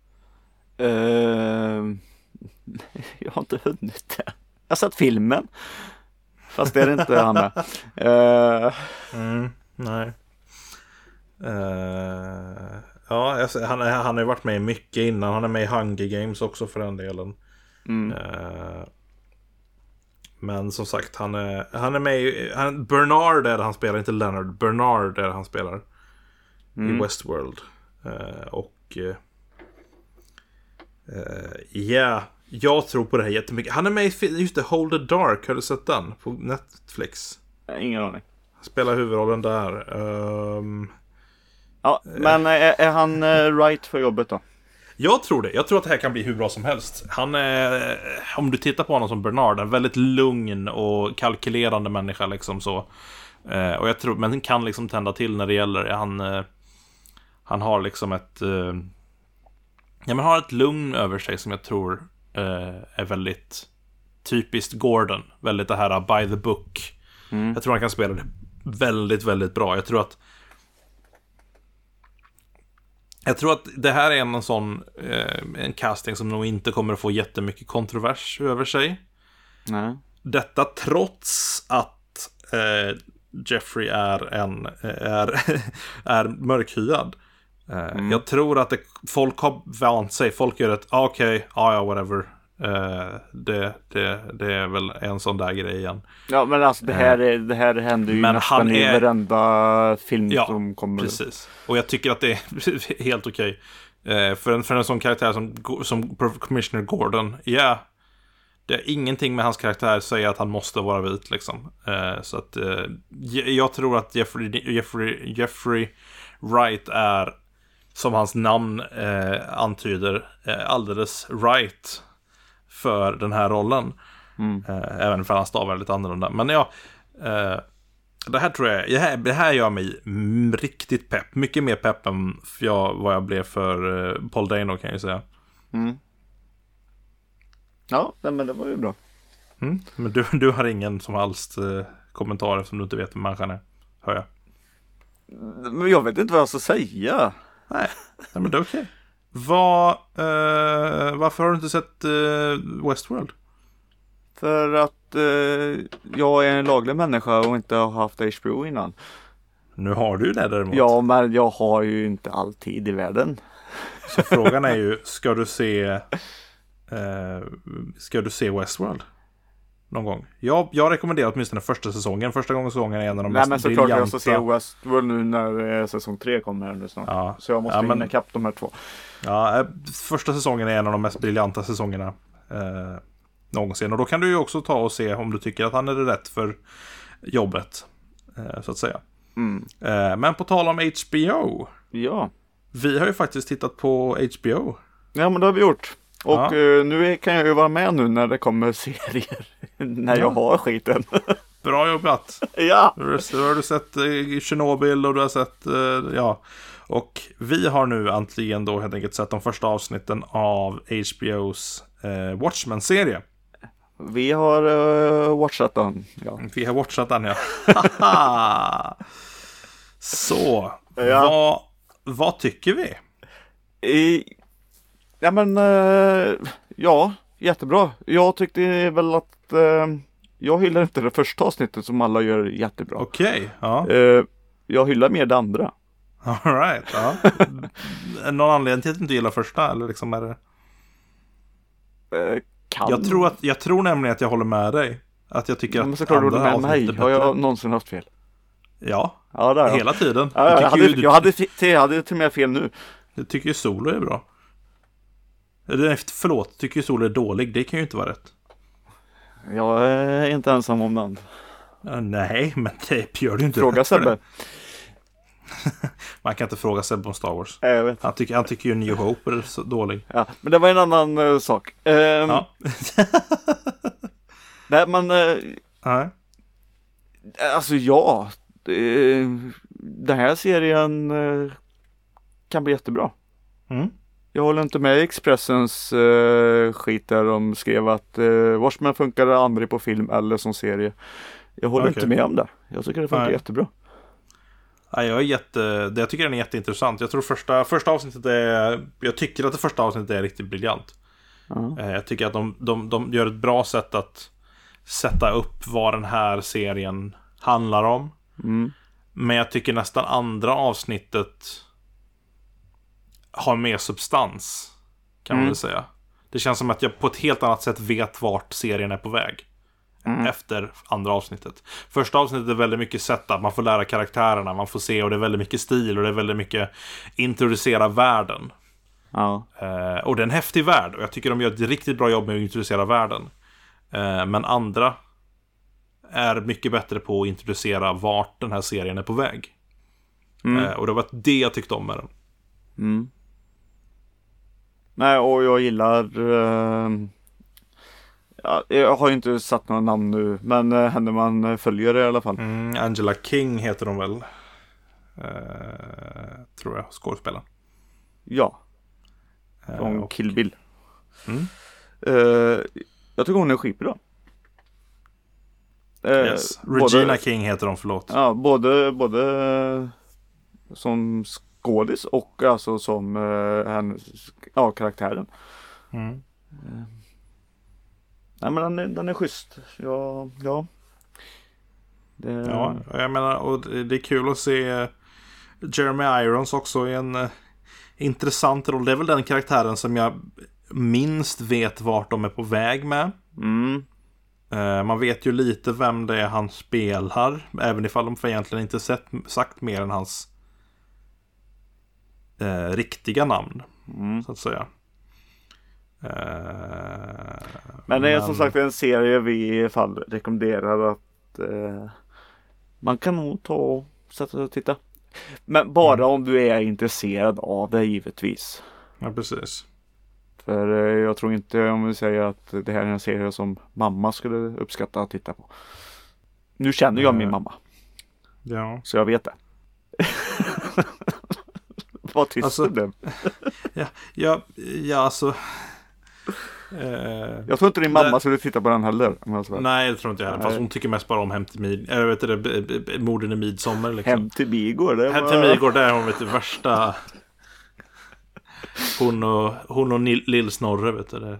Uh, jag har inte hunnit det. Jag har sett filmen. Fast det är inte han med. Uh. Mm, nej. Uh, ja, han, han har ju varit med mycket innan. Han är med i Hunger Games också för den delen. Mm. Uh, men som sagt, han är, han är med i, han, Bernard är det han spelar, inte Leonard. Bernard är det han spelar mm. i Westworld. Uh, och uh, ja, yeah, jag tror på det här jättemycket. Han är med i, just det, Hold the Dark, har du sett den på Netflix? Ingen aning. Han spelar huvudrollen där. Um, ja, men är, är han uh, right för jobbet då? Jag tror det. Jag tror att det här kan bli hur bra som helst. Han är, om du tittar på honom som Bernard, en väldigt lugn och kalkylerande människa liksom så. Eh, och jag tror, men kan liksom tända till när det gäller. Han, eh, han har liksom ett, eh, ja, men har ett lugn över sig som jag tror eh, är väldigt typiskt Gordon. Väldigt det här by the book. Mm. Jag tror han kan spela det väldigt, väldigt bra. Jag tror att Jag tror att det här är en sån eh, en casting som nog inte kommer att få jättemycket kontrovers över sig. Nej. Detta trots att eh, Jeffrey är en är, är mörkhyad. Eh, mm. Jag tror att det, folk har vant sig. Folk gör ett okej, okay, ja ja whatever. Uh, det, det, det är väl en sån där grej igen. Ja, men alltså det här, är, det här händer ju men nästan han är... i varenda film ja, som kommer. Precis. Och jag tycker att det är helt okej. Uh, för, en, för en sån karaktär som, som Commissioner Gordon, ja, yeah, det är ingenting med hans karaktär säger att han måste vara vit liksom. Uh, så att uh, jag tror att Jeffrey, Jeffrey, Jeffrey Wright är, som hans namn uh, antyder, uh, alldeles right för den här rollen. Mm. Eh, även för han stavar lite annorlunda. Men ja, eh, det här tror jag, det här, det här gör mig riktigt pepp. Mycket mer pepp än jag, vad jag blev för eh, Paul Dano, kan jag säga. Mm. Ja, men det var ju bra. Mm. Men du, du har ingen som helst eh, kommentarer som du inte vet vem människan är, hör jag. Men jag vet inte vad jag ska säga. Nej, Nej men det är okej. Vad, eh, varför har du inte sett eh, Westworld? För att eh, jag är en laglig människa och inte har haft H B O innan. Nu har du det däremot. Ja, men jag har ju inte all tid i världen. Så frågan är ju, ska du se eh, ska du se Westworld någon gång? Jag, jag rekommenderar åtminstone första säsongen. Första gången säsongen är en av de Nej, mest men briljanta. såklart jag ska se Westworld nu när eh, säsong tre kommer här nu snart. Ja. Så jag måste ja, men, hinna ikapp de här två. Ja, första säsongen är en av de mest briljanta säsongerna eh, någonsin. Och då kan du ju också ta och se om du tycker att han är rätt för jobbet, eh, så att säga. Mm. Eh, men på tal om H B O. Ja. Vi har ju faktiskt tittat på H B O. Ja, men det har vi gjort. Och ja. uh, nu kan jag ju vara med nu när det kommer serier. när ja. jag har skiten. Bra jobbat. Ja. Då har du sett uh, Chernobyl och du har sett, uh, ja. Och vi har nu äntligen då helt enkelt sett de första avsnitten av H B O's uh, Watchmen-serie. Vi har uh, watchat den. Ja. Vi har watchat den, ja. Så, ja. Vad, vad tycker vi? I, ja, men uh, ja, jättebra. Jag tyckte väl att uh, jag hyllar inte det första avsnittet som alla gör jättebra. Okej, okay, ja. Uh, jag hyllar mer det andra. All right, ja. Någon anledning till att du inte gillar första, eller liksom är det... Uh, Kan. Jag tror, att, jag tror nämligen att jag håller med dig. Att jag tycker men att så andra med mig. Har Har jag någonsin haft fel? Ja, ja där, hela tiden. Ja, jag, jag, hade, du, jag, hade till, jag hade till och med fel nu. Jag tycker ju Solo är bra. Förlåt, tycker ju Solo är dålig. Det kan ju inte vara rätt. Jag är inte ensam om den. Ja, nej, men det gör du inte. Fråga Sebbe. Man kan inte fråga Sebbe om Star Wars. Jag vet. Han tycker, han tycker ju New Hope är så dålig. Ja, men det var en annan uh, sak. Um, ja. Nej, men... Uh, nej. Alltså ja. Uh, den här serien uh, kan bli jättebra. Mm. Jag håller inte med Expressens uh, skit där de skrev att uh, Watchmen funkar aldrig på film eller som serie. Jag håller okay. inte med om det. Jag tycker det funkar nej. jättebra. Ja, jag är jätte, det, jag tycker den är jätteintressant. Jag tror första, första avsnittet är, jag tycker att det första avsnittet är riktigt briljant. Uh-huh. Jag tycker att de, de, de gör ett bra sätt att sätta upp vad den här serien handlar om. Mm. Men jag tycker nästan andra avsnittet har mer substans, kan mm. man väl säga. Det känns som att jag på ett helt annat sätt vet vart serien är på väg. Mm. Efter andra avsnittet. Första avsnittet är väldigt mycket setup. Man får lära karaktärerna, man får se, och det är väldigt mycket stil, och det är väldigt mycket introducera världen. Ja. uh, Och det är en häftig värld, och jag tycker de gör ett riktigt bra jobb med att introducera världen. uh, Men andra är mycket bättre på att introducera vart den här serien är på väg. mm. uh, Och det var det jag tyckte om med den. mm. Nej, och jag gillar uh, ja, jag har ju inte satt några namn nu, men uh, henne man följer i alla fall. Mm, Angela King heter hon väl? Uh, tror jag, skådespelaren. Ja. Från uh, och... Kill Bill. Mm. Uh, jag tycker hon är skitbra. Uh, yes. Regina både, King heter hon, förlåt. Ja, både, både som skådis och alltså som uh, hennes, ja, karaktären. Mm. Uh, nej, men den är, den är schysst. Ja, ja. Det... Ja, jag menar, och det är kul att se Jeremy Irons också i en uh, intressant roll. Det är väl den karaktären som jag minst vet vart de är på väg med. Mm. Uh, man vet ju lite vem det är han spelar, även ifall de egentligen inte sett, sagt mer än hans uh, riktiga namn, Mm. så att säga. Uh, men det är men... som sagt en serie vi i alla fall rekommenderar att uh, man kan nog ta och sätta sig och titta. Men bara mm. om du är intresserad av det, givetvis. Ja, precis. För uh, jag tror inte, om vi säger att det här är en serie som mamma skulle uppskatta att titta på. Nu känner jag uh, min mamma. Ja. Så jag vet det. Vad tyst alltså, det blev. ja, ja, ja, alltså... Uh, jag tror inte din mamma det... skulle titta på den heller. Nej, jag tror inte jag heller. Fast hon tycker mest bara om Hem till Mid... Jag vet inte, b- b- b- morden i Midsommar liksom. Hem till Midgård. Det Hem var... till Midgård, där hon vet det värsta... Hon och, hon och Lill Snorre, vet du det.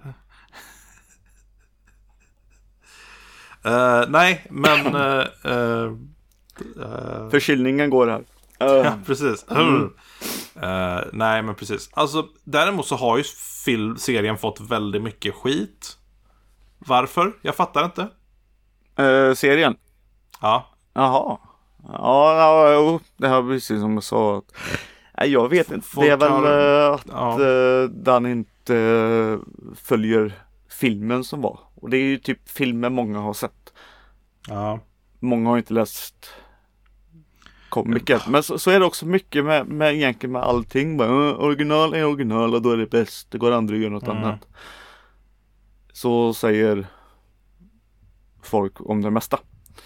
Uh, nej, men... Uh, uh, uh... Förkylningen går här. Uh. Ja, precis. Mm. Uh, nej, men precis. Alltså, däremot så har ju film, serien fått väldigt mycket skit. Varför? Jag fattar inte. Uh, serien? Ja. Jaha. Ja, ja, det här precis som jag sa. Nej, jag vet inte. Folk det är väl har... att ja. uh, den inte uh, följer filmen som var. Och det är ju typ filmen många har sett. Ja. Många har inte läst komiker. Men så, så är det också mycket med, med egentligen med allting. Bara, uh, original är original och då är det bäst. Det går aldrig att göra något mm. annat. Så säger folk om det mesta.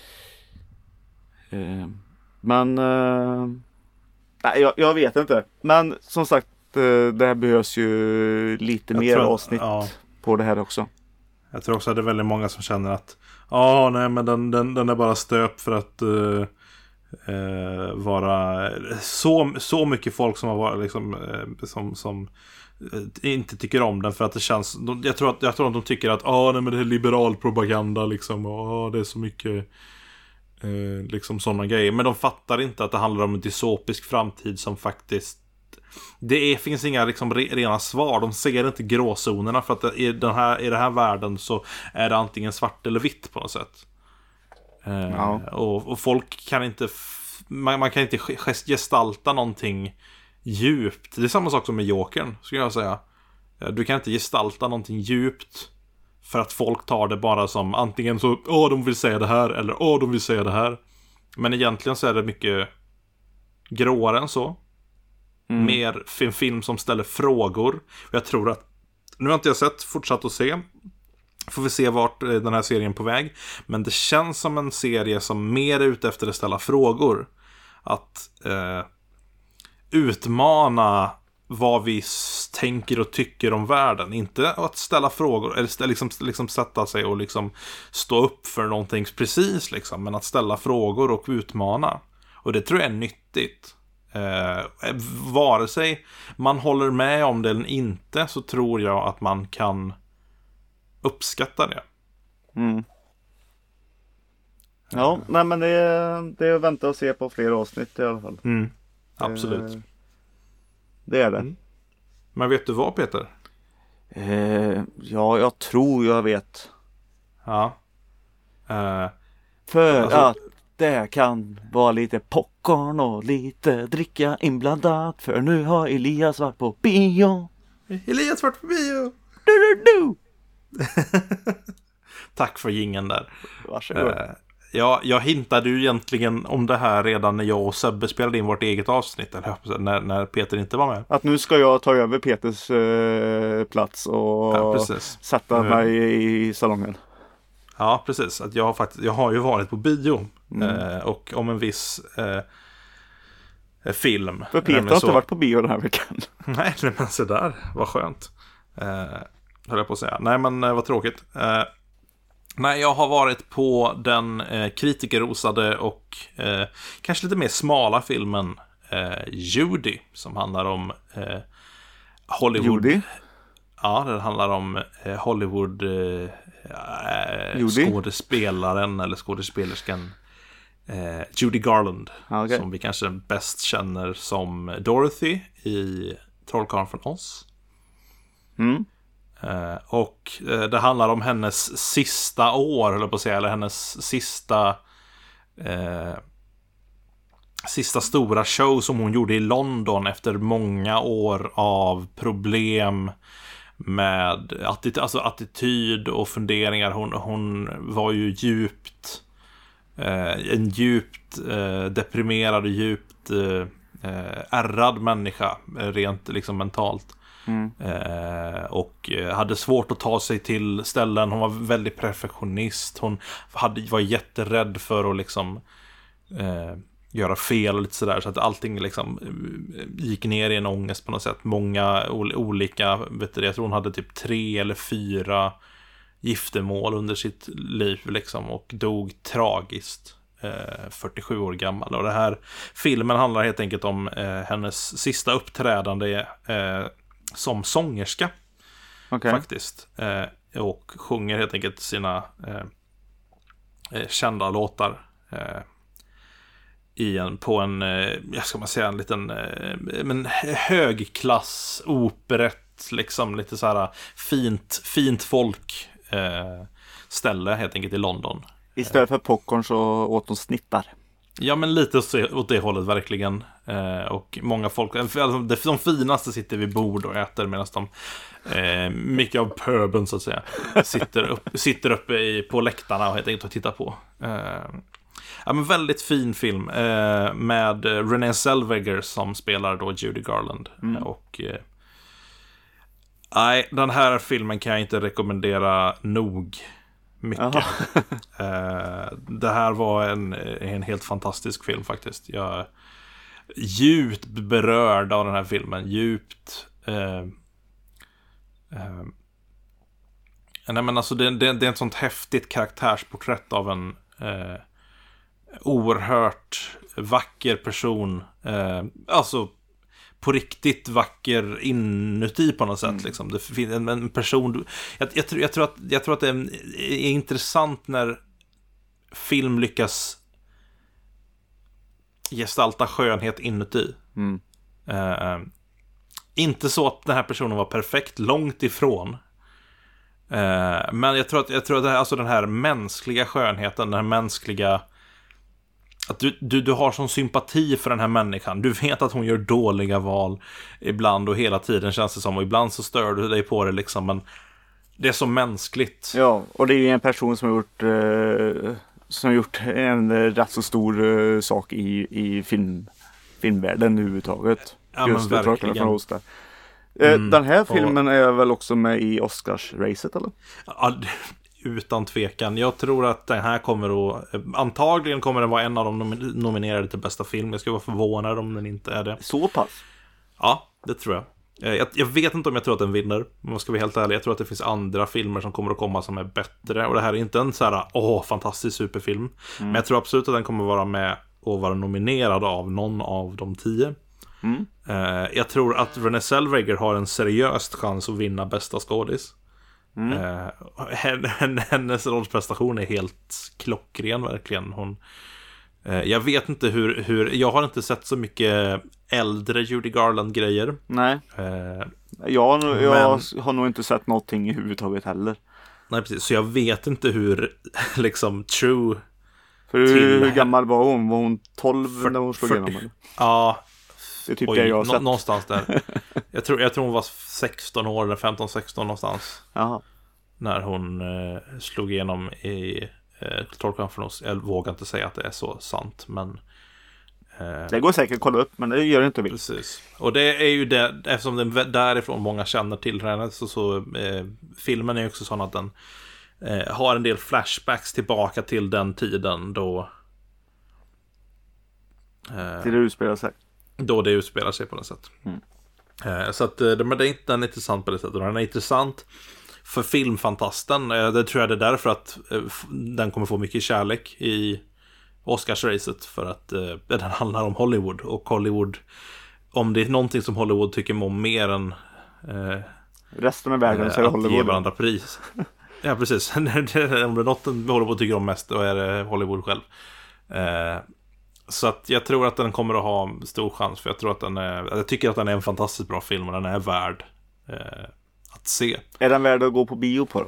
Uh, men uh, nej, jag, jag vet inte. Men som sagt, uh, det här behövs ju lite jag mer tror, avsnitt ja. på det här också. Jag tror också att det är väldigt många som känner att ja, nej, men den, den, den är bara stöp för att uh, uh, vara så, så mycket folk som har varit liksom, uh, som, som uh, inte tycker om den för att det känns, de, jag, tror att, jag tror att de tycker att ah, nej, men det är liberal propaganda liksom, och ah, det är så mycket uh, liksom sådana grejer, men de fattar inte att det handlar om en dystopisk framtid som faktiskt det är, finns inga liksom rena svar. De ser inte gråzonerna för att i den här, i den här världen så är det antingen svart eller vitt på något sätt. Ja. Eh, och, och folk kan inte f- man, man kan inte gestalta någonting djupt. Det är samma sak som med Jokern, skulle jag säga. Du kan inte gestalta någonting djupt för att folk tar det bara som antingen så, åh de vill säga det här eller åh de vill säga det här. Men egentligen så är det mycket gråare än så. Mm. Mer en film som ställer frågor. Jag tror att, nu har inte jag sett, fortsatt att se. Får vi se vart den här serien är på väg. Men det känns som en serie som mer är ute efter att ställa frågor. Att eh, utmana vad vi tänker och tycker om världen. Inte att ställa frågor eller liksom, liksom sätta sig och liksom stå upp för någonting precis liksom. Men att ställa frågor och utmana. Och det tror jag är nyttigt. Eh, vare sig man håller med om det eller inte, så tror jag att man kan uppskatta det. Mm. Ja, eh. nej men det är, det är att vänta och se på fler avsnitt i alla fall. Mm. Absolut. Eh, det är det. Mm. Men vet du vad, Peter? Eh, ja, jag tror jag vet. Ja. Eh, För alltså... att det kan vara lite popcorn och lite dricka inblandat. För nu har Elias varit på bio. Elias varit på bio. Du, du, du. Tack för jingeln där. Varsågod. Uh, Ja, jag hintade ju egentligen om det här redan när jag och Sebbe spelade in vårt eget avsnitt. Eller när, när Peter inte var med. Att nu ska jag ta över Peters eh, plats och Ja, sätta Mm. mig i salongen. Ja, precis. Att jag, har faktiskt, jag har ju varit på bio. Mm. Eh, och om en viss eh, film. För Peter har inte varit på bio den här veckan. Nej, men så där. Vad skönt. Eh, höll jag på att säga. Nej, men eh, vad tråkigt. Eh, nej, jag har varit på den eh, kritikerrosade och eh, kanske lite mer smala filmen eh, Judy. Som handlar om eh, Hollywood. Judy? Ja, den handlar om eh, Hollywood eh, eh, skådespelaren eller skådespelerskan eh, Judy Garland. Ah, okay. Som vi kanske bäst känner som Dorothy i Trollkarlen från Oz. Mm. Eh, och eh, det handlar om hennes sista år, eller på att säga, eller hennes sista eh, sista stora show som hon gjorde i London efter många år av problem med attityd, alltså attityd och funderingar. Hon, hon var ju djupt eh, en djupt eh, deprimerad och djupt eh, ärrad människa rent liksom mentalt. Mm. Eh, och hade svårt att ta sig till ställen. Hon var väldigt perfektionist. Hon hade, var jätterädd för att liksom eh, göra fel och lite sådär, så att allting liksom gick ner i en ångest på något sätt. Många ol- olika, vet du, jag tror hon hade typ tre eller fyra giftermål under sitt liv liksom, och dog tragiskt eh, fyrtiosju år gammal. Och det här filmen handlar helt enkelt om eh, hennes sista uppträdande eh, som sångerska. Okay. Faktiskt. Eh, och sjunger helt enkelt sina eh, kända låtar eh, i en, på en, jag ska man säga, en liten men högklass operett, liksom lite så här fint fint folk eh, ställe helt enkelt i London. Istället för popcorn så åt de snittar. Ja, men lite åt det hållet verkligen. Eh, och många folk, alltså, de finaste sitter vid bord och äter, medan de eh, mycket av puben så att säga sitter upp, sitter uppe i, på läktarna och helt enkelt tittar på. Eh, Ja, men väldigt fin film eh, med Renée Zellweger som spelar då Judy Garland. Mm. Och eh, nej, den här filmen kan jag inte rekommendera nog mycket. eh, det här var en, en helt fantastisk film faktiskt. Jag är djupt berörd av den här filmen. Djupt eh, eh, nej, men alltså det, det, det är ett sånt häftigt karaktärsporträtt av en eh, oerhört vacker person, eh, alltså på riktigt vacker inuti på något sätt. Mm. Liksom. Det finns en, en person, jag, jag, jag, tror att, jag tror att det är, är intressant när film lyckas gestalta skönhet inuti. Mm. Eh, inte så att den här personen var perfekt, långt ifrån. Eh, men jag tror att, jag tror att det här, alltså den här mänskliga skönheten, den här mänskliga, att du, du, du har sån sympati för den här människan. Du vet att hon gör dåliga val ibland och hela tiden, känns det som. Och ibland så stör du dig på det liksom, men det är så mänskligt. Ja, och det är ju en person som har gjort eh, som har gjort en eh, rätt så stor eh, sak i, i film, filmvärlden överhuvudtaget. Ja, just men det, verkligen. Från Osta. Eh, Mm, den här filmen och... är väl också med i Oscars-racet, eller? Ja, utan tvekan. Jag tror att den här kommer att, antagligen kommer den vara en av de nom- nominerade till bästa film. Jag skulle vara förvånad om den inte är det. Så pass? Ja, det tror jag. Jag, jag vet inte om jag tror att den vinner, om man ska vara helt ärlig. Jag tror att det finns andra filmer som kommer att komma som är bättre. Och det här är inte en så här, åh, fantastisk superfilm. Mm. Men jag tror absolut att den kommer vara med och vara nominerad av någon av de tio. Mm. Uh, jag tror att Renée Zellweger har en seriös chans att vinna bästa skådis. Mm. Uh, hennes rollprestation är helt klockren verkligen. Hon, uh, jag vet inte hur, hur jag har inte sett så mycket äldre Judy Garland grejer. Nej. Uh, jag, jag men, har nog inte sett någonting i huvudtaget heller. Nej, precis. Så jag vet inte hur liksom true. För hur, hur gammal var hon? Var hon tolv för, när hon slog för, igenom? Ja. Det är typ oj, det jag har sett. Nå- någonstans där. jag, tror, jag tror hon var sexton år eller femton sexton någonstans. Jaha. När hon eh, slog igenom i eh, Trollkarlen från Oz. Jag vågar inte säga att det är så sant, men eh, det går säkert att kolla upp, men det gör det inte vi. Precis. Och det är ju det, eftersom den därifrån många känner till henne, så, så eh, filmen är ju också sån att den eh, har en del flashbacks tillbaka till den tiden då eh, till det utspelar sig. Då det utspelar sig på något sätt. Mm. Eh, så att men det är inte, den är intressant på det sättet. Den är intressant för filmfantasten. Eh, det tror jag det är därför att eh, den kommer få mycket kärlek i Oscarsracet, för att eh, den handlar om Hollywood, och Hollywood, om det är någonting som Hollywood tycker om mer än eh, resten av världen, så är det Hollywood. Att ge varandra pris. Ja, precis. Om det är något Hollywood tycker om mest, då är det Hollywood själv. Eh, så att jag tror att den kommer att ha stor chans, för jag tror att den är, jag tycker att den är en fantastiskt bra film, och den är värd eh, att se. Är den värd att gå på bio på då?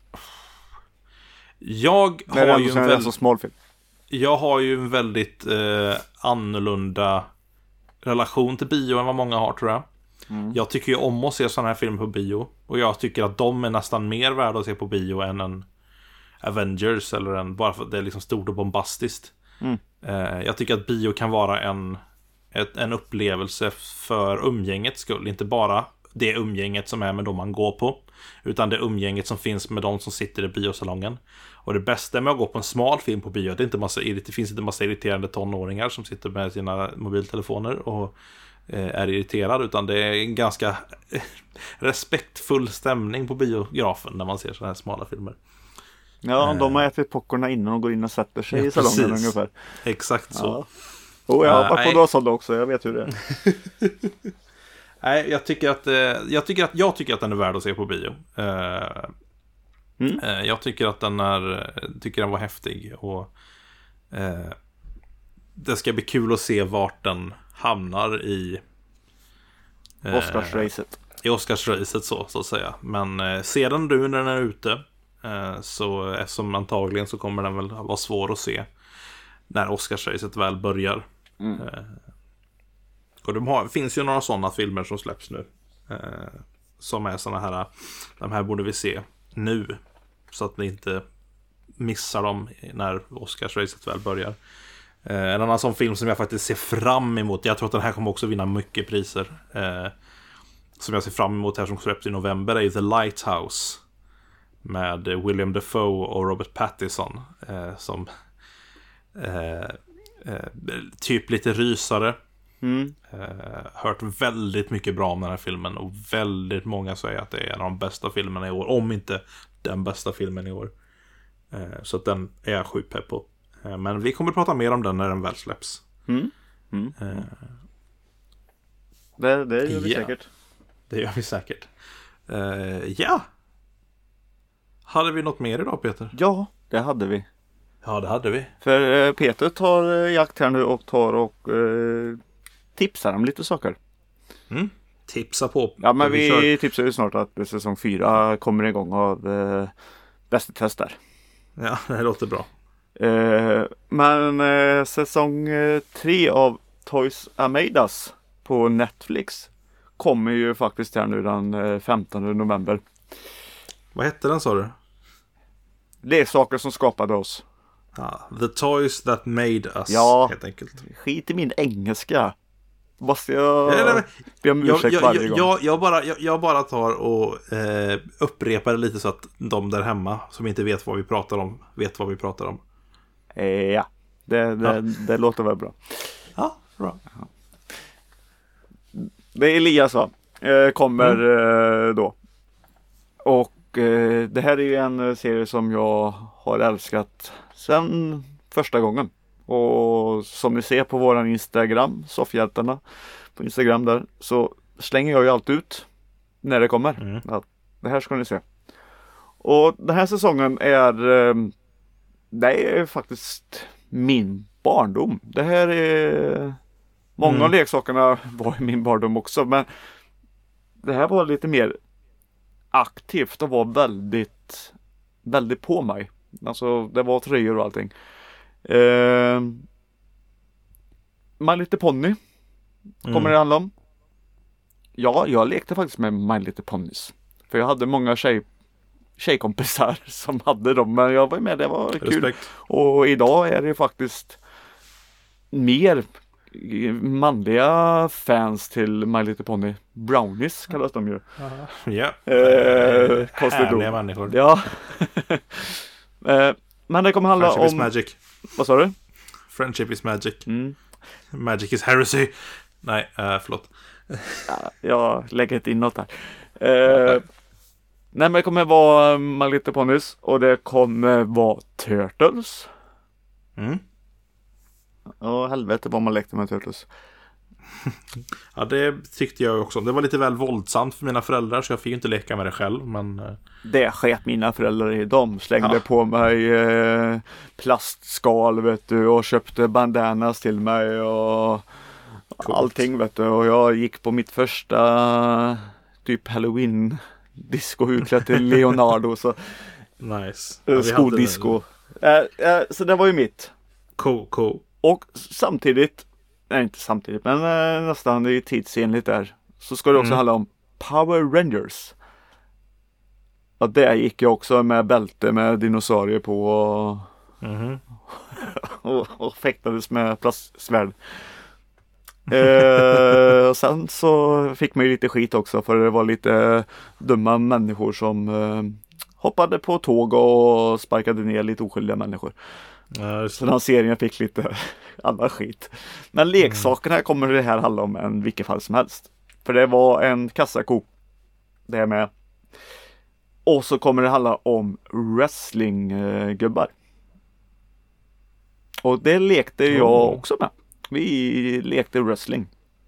Jag har är ju en, en väl... så smal film. Jag har ju en väldigt eh, annorlunda relation till bio än vad många har, tror jag. Mm. Jag tycker ju om att se sådana här filmer på bio, och jag tycker att de är nästan mer värda att se på bio än en Avengers, eller en, bara för att det är liksom stort och bombastiskt. Mm. Eh, jag tycker att bio kan vara en, ett, en upplevelse för umgängets skull. Inte bara det umgänget som är med de man går på, utan det umgänget som finns med de som sitter i biosalongen. Och det bästa med att gå på en smal film på bio, det, är inte massa, det finns inte massa irriterande tonåringar som sitter med sina mobiltelefoner och eh, är irriterade, utan det är en ganska respektfull stämning på biografen när man ser sådana här smala filmer. Ja, de har ätit popcorna innan och går in och sätter sig ja, i salongen precis. Ungefär. Exakt så. Ja. Och jag har varit på Dalsholm också, jag vet hur det är. Nej, jag tycker att jag tycker att jag tycker att den är värd att se på bio. Mm. Jag tycker att den är tycker den var häftig, och eh, det ska bli kul att se vart den hamnar i eh, Oscarsracet. I Oscarsracet så så att säga. Men eh, se den du när den är ute, eh, så eftersom antagligen så kommer den väl vara svår att se när Oscarsracet väl börjar. Mm. Eh, och det har, finns ju några sådana filmer som släpps nu, eh, som är såna här, de här borde vi se nu, så att ni inte missar dem när Oscarsracet väl börjar. Eh, en annan sån film som jag faktiskt ser fram emot, jag tror att den här kommer också vinna mycket priser, eh, som jag ser fram emot här, som släpps i november, är The Lighthouse med William Dafoe och Robert Pattinson, eh, som eh, eh, typ lite rysare. Mm. Uh, hört väldigt mycket bra om den här filmen, och väldigt många säger att det är en av de bästa filmerna i år, om inte den bästa filmen i år. Uh, så att den är jag sjukt pepp på. Uh, men vi kommer att prata mer om den när den väl släpps. Mm. Mm. Uh, det, det gör vi yeah. säkert. Det gör vi säkert. Ja. Uh, yeah. Hade vi något mer idag, Peter? Ja, det hade vi. Ja, det hade vi. För uh, Peter tar uh, jakt här nu och tar och uh, tipsar om lite saker. Mm. Tipsa på. Ja, men vi, vi tipsar ju snart att säsong fyra kommer igång av uh, bästa tester. Ja, det låter bra. Uh, men uh, säsong uh, tre av Toys Are Made Us på Netflix kommer ju faktiskt här nu den uh, femtonde november. Vad hette den, sa du? Leksaker som skapade oss. Ah, The Toys That Made Us, ja, helt enkelt. Skit i min engelska. Måste jag nej, nej, nej. be om ursäkt jag, varje jag, gång. Jag, jag, bara, jag, jag bara tar och eh, upprepar det lite så att de där hemma som inte vet vad vi pratar om vet vad vi pratar om. Eh, ja, det, det, ja. det låter väl bra. Ja, bra. Ja. Det är Elias va? Eh, kommer mm. eh, då. Och eh, det här är ju en serie som jag har älskat sedan första gången. Och som ni ser på våran Instagram, Soffhjältarna på Instagram där, så slänger jag ju allt ut när det kommer. Mm. Ja, det här ska ni se. Och den här säsongen är det är faktiskt min barndom. Det här är många mm. av leksakerna var i min barndom också, men det här var lite mer aktivt och var väldigt väldigt på mig. Alltså det var tröjor och allting. Uh, My Little Pony kommer mm. det handla om. Ja, jag lekte faktiskt med My Little Ponies. För jag hade många tjej tjejkompisar som hade dem. Men jag var med, det var kul. Respekt. Och idag är det faktiskt mer manliga fans till My Little Pony. Brownies kallas de ju. Ja. Eh, konstigt Härliga ord. människor. Ja. eh, men det kommer handla Friendship om... is magic. Vad sa du? Friendship is magic. Mm. Magic is heresy. Nej, uh, förlåt. Ja, jag lägger inte in något här. Eh, nej men det kommer vara My Little Ponies och det kommer vara Turtles. Mm. Ja, helvete vad man lekte med Turtles. Ja, det tyckte jag också. Det var lite väl våldsamt för mina föräldrar så jag fick inte leka med det själv. Men... Det sket mina föräldrar i. De slängde Ja. på mig eh, plastskal vet du och köpte bandanas till mig och Coolt. allting vet du. Och jag gick på mitt första typ Halloween disco utklädd till Leonardo så Nice. eh, Ja, vi skoldisco. hade- Eh, eh, så det var ju mitt. Cool, cool. Och samtidigt, nej inte samtidigt men eh, nästan i tidsenligt där så ska det också Mm. handla om Power Rangers. Ja, där gick jag också med bälte med dinosaurier på och, Mhm. och, och fäktades med plastsvärd. eh, och sen så fick man ju lite skit också för det var lite dumma människor som eh, hoppade på tåg och sparkade ner lite oskyldiga människor. Ja, just Så det. den serien fick lite annan skit. Men leksakerna kommer det här handla om en vilket fall som helst. För det var en kassako. Det är med. Och så kommer det handla om wrestlinggubbar. Och det lekte jag Oh. också med. Vi lekte wrestling.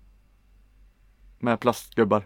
Med plastgubbar.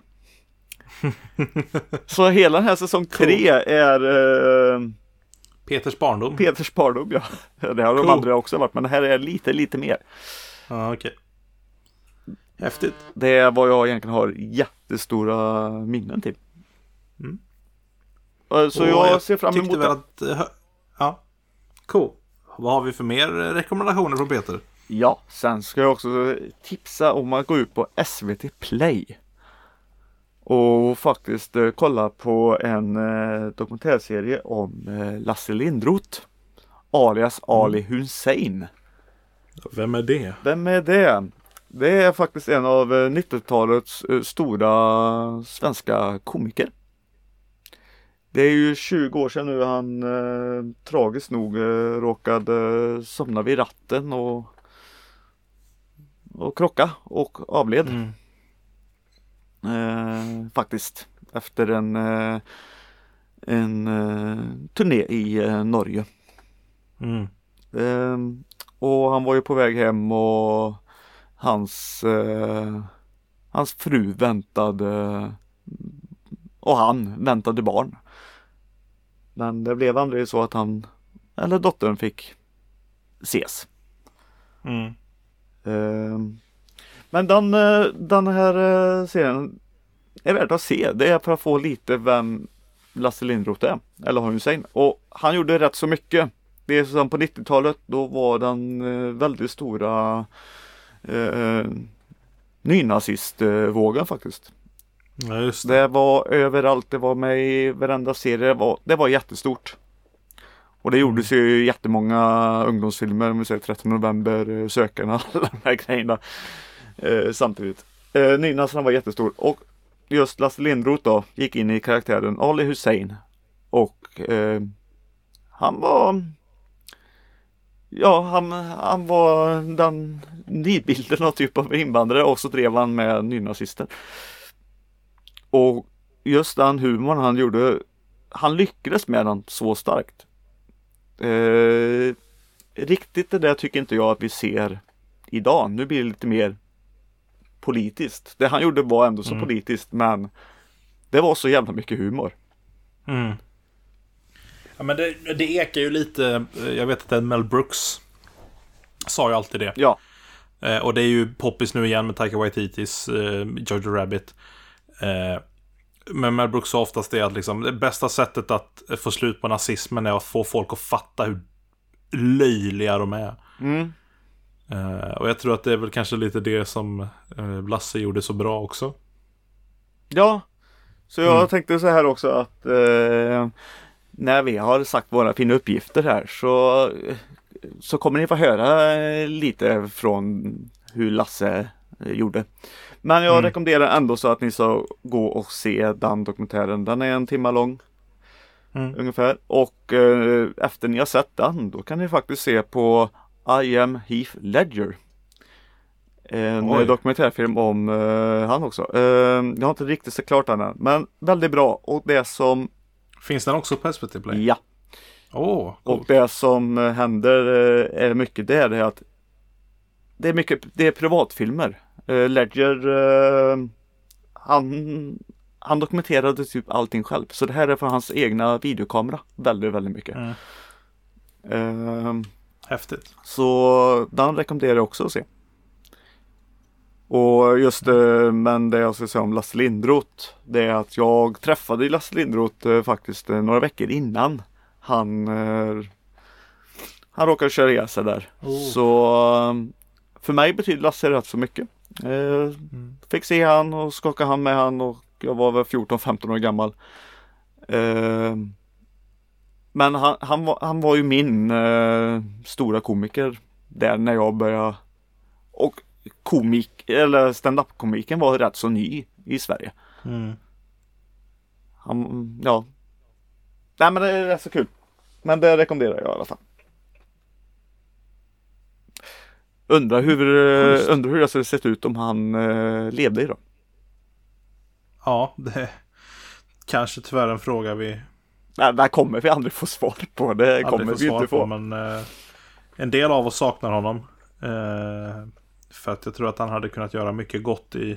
Så hela den här säsong tre är eh, Peters barndom. Peters barndom, ja. Det har de Cool. andra också varit, men det här är lite, lite mer. Ja, okej. Häftigt. Det är vad jag egentligen har jättestora minnen till. Mm. Och Så Och jag ser fram tyckte emot väl det. att... eh, Ja. Cool. Vad har vi för mer rekommendationer från Peter? Ja, sen ska jag också tipsa om att gå ut på S V T Play. Och faktiskt eh, kolla på en eh, dokumentärserie om eh, Lasse Lindroth. Alias Ali Hussein. Vem är det? Vem är det? Det är faktiskt en av eh, nittiotalets eh, stora svenska komiker. Det är ju tjugo år sedan nu han eh, tragiskt nog eh, råkade eh, somna vid ratten och, och krocka och avled. Mm. Eh, faktiskt efter en, eh, en eh, turné i eh, Norge. Mm. Eh, och han var ju på väg hem och hans, eh, hans fru väntade och han väntade barn. Men det blev aldrig så att han eller dottern fick ses. Mm. Eh, men den, eh, den här eh, serien är värd att se. Det är för att få lite vem Lasse Lindroth är. Eller har Hussein. Och han gjorde rätt så mycket. Det är som på nittiotalet. Då var den eh, väldigt stora eh, nynazistvågen faktiskt. Ja, just det. Det var överallt. Det var med i varenda serie. Det var, det var jättestort. Och det gjordes ju jättemånga ungdomsfilmer. Om vi säger trettonde november, Sökarna, alla de här grejerna. Eh, samtidigt. Eh, Nynazarna var jättestor. Och just Lasse Lindroth då gick in i karaktären Ali Hussein. Och eh, han var... Ja, han, han var den nidbilden av typ av invandrare. Och så drev han med nynazister. Och just den humorn han gjorde, han lyckades med den så starkt. Eh, riktigt det där tycker inte jag att vi ser idag. Nu blir det lite mer politiskt. Det han gjorde var ändå så Mm. politiskt, men det var så jävla mycket humor. Mm. Ja, men det, det ekar ju lite. Jag vet att Mel Brooks sa ju alltid det. Ja, Eh, och det är ju poppis nu igen med Taika Waititis eh, Jojo Rabbit. Eh, men Mel Brooks sa oftast det att liksom, det bästa sättet att få slut på nazismen är att få folk att fatta hur löjliga de är. mm. Eh, och jag tror att det är väl kanske lite det som eh, Lasse gjorde så bra också. Ja. Så jag Mm. tänkte så här också att eh, när vi har sagt våra fina uppgifter här så, så kommer ni få höra lite från hur Lasse gjorde. Men jag mm. rekommenderar ändå så att ni ska gå och se den dokumentären. Den är en timme lång. Mm. Ungefär. Och eh, efter ni har sett den, då kan ni faktiskt se på I am Heath Ledger. En Oj. dokumentärfilm om eh, han också. Eh, jag har inte riktigt sett klart den än, men väldigt bra. Och det som... Finns den också på S V T Play? Ja. Oh, och det som händer eh, är mycket där är att det är mycket, det är privatfilmer. Eh, Ledger eh, han, han dokumenterade typ allting själv. Så det här är från hans egna videokamera. Väldigt, väldigt mycket. Mm. Eh, Häftigt. Så den rekommenderar jag också att se. Och just eh, men det jag ska säga om Lasse Lindroth, det är att jag träffade Lasse Lindroth eh, faktiskt eh, några veckor innan han eh, han råkade köra ihjäl sig där. Oh. Så eh, för mig betyder Lasse rätt så mycket. Eh, mm. Fick se han och skaka hand med han, och jag var väl fjorton femton år gammal. Eh, men han, han, var, han var ju min eh, stora komiker där när jag började, och komik eller stand-up-komiken var rätt så ny i Sverige. Mm. Han, ja. Nej, men det är rätt så kul. Men det rekommenderar jag i alla fall. Undrar hur, undrar hur det skulle sett ut om han eh, levde idag. Ja, det är kanske tyvärr en fråga vi... Nej, det kommer vi aldrig få svar på. Det kommer vi inte få. På, men eh, en del av oss saknar honom. Eh, för att jag tror att han hade kunnat göra mycket gott i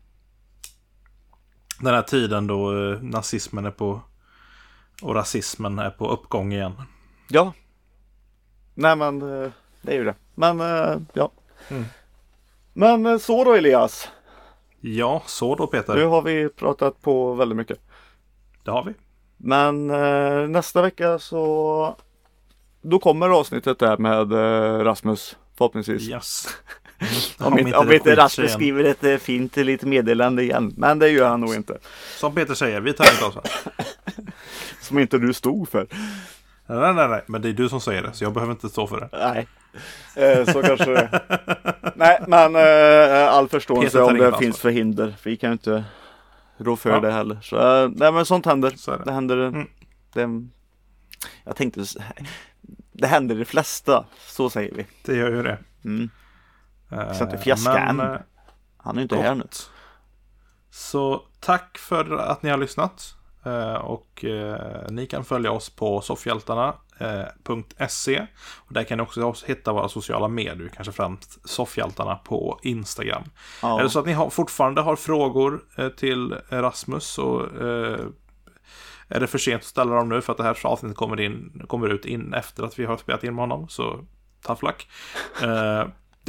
den här tiden då eh, nazismen är på och rasismen är på uppgång igen. Ja. Nej, men det är ju det. Men ja. Mm. Men så då, Elias. Ja, så då, Peter. Nu har vi pratat på väldigt mycket. Det har vi. Men eh, nästa vecka så då kommer avsnittet där med eh, Rasmus, förhoppningsvis. Yes. om inte, om inte Rasmus igen. Skriver ett eh, fint lite meddelande igen. Men det gör han nog inte. Som Peter säger, vi tar inte oss. Som inte du stod för. Nej, nej, nej. Men det är du som säger det, så jag behöver inte stå för det. Nej, eh, så kanske det. Nej, men eh, all förståelse om det finns förhinder. Vi kan ju inte rå för ja. det heller. Så, eh, nej, men sånt händer. Så det. det händer. Mm. Det, jag tänkte, det händer de flesta, så säger vi. Det gör ju det. Mm. Uh, så inte fjäska än. Han är inte gott. Här nu. Så tack för att ni har lyssnat. Uh, och uh, ni kan följa oss på soffhjältarna punkt se, och där kan ni också hitta våra sociala medier, kanske främst Soffhjältarna på Instagram. Ja. Är det så att ni har, fortfarande har frågor uh, till Rasmus, så uh, är det för sent att ställa dem nu, för att det här avsnittet kommer, in, kommer ut in efter att vi har spelat in med honom, så tough luck. Uh,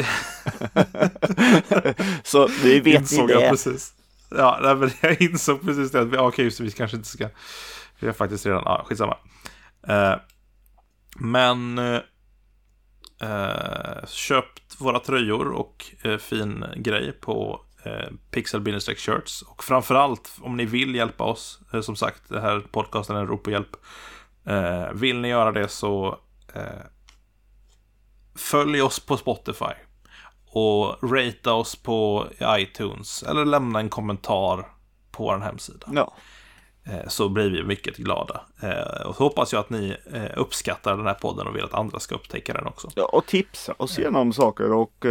så vi vet ni det. Precis. Ja, nej, men jag insåg precis det. Att vi, okej, just det, vi kanske inte ska... Vi har faktiskt redan... Ja, skitsamma. Uh, men... Uh, köpt våra tröjor och uh, fin grej på uh, Pixel-Shirts. Och framförallt, om ni vill hjälpa oss, uh, som sagt, det här podcasten är rop på hjälp. Uh, vill ni göra det så... Uh, följ oss på Spotify. Och ratea oss på iTunes. Eller lämna en kommentar på vår hemsida. Ja. Så blir vi mycket glada. Och så hoppas jag att ni uppskattar den här podden och vill att andra ska upptäcka den också. Ja, och tipsa oss genom saker. Och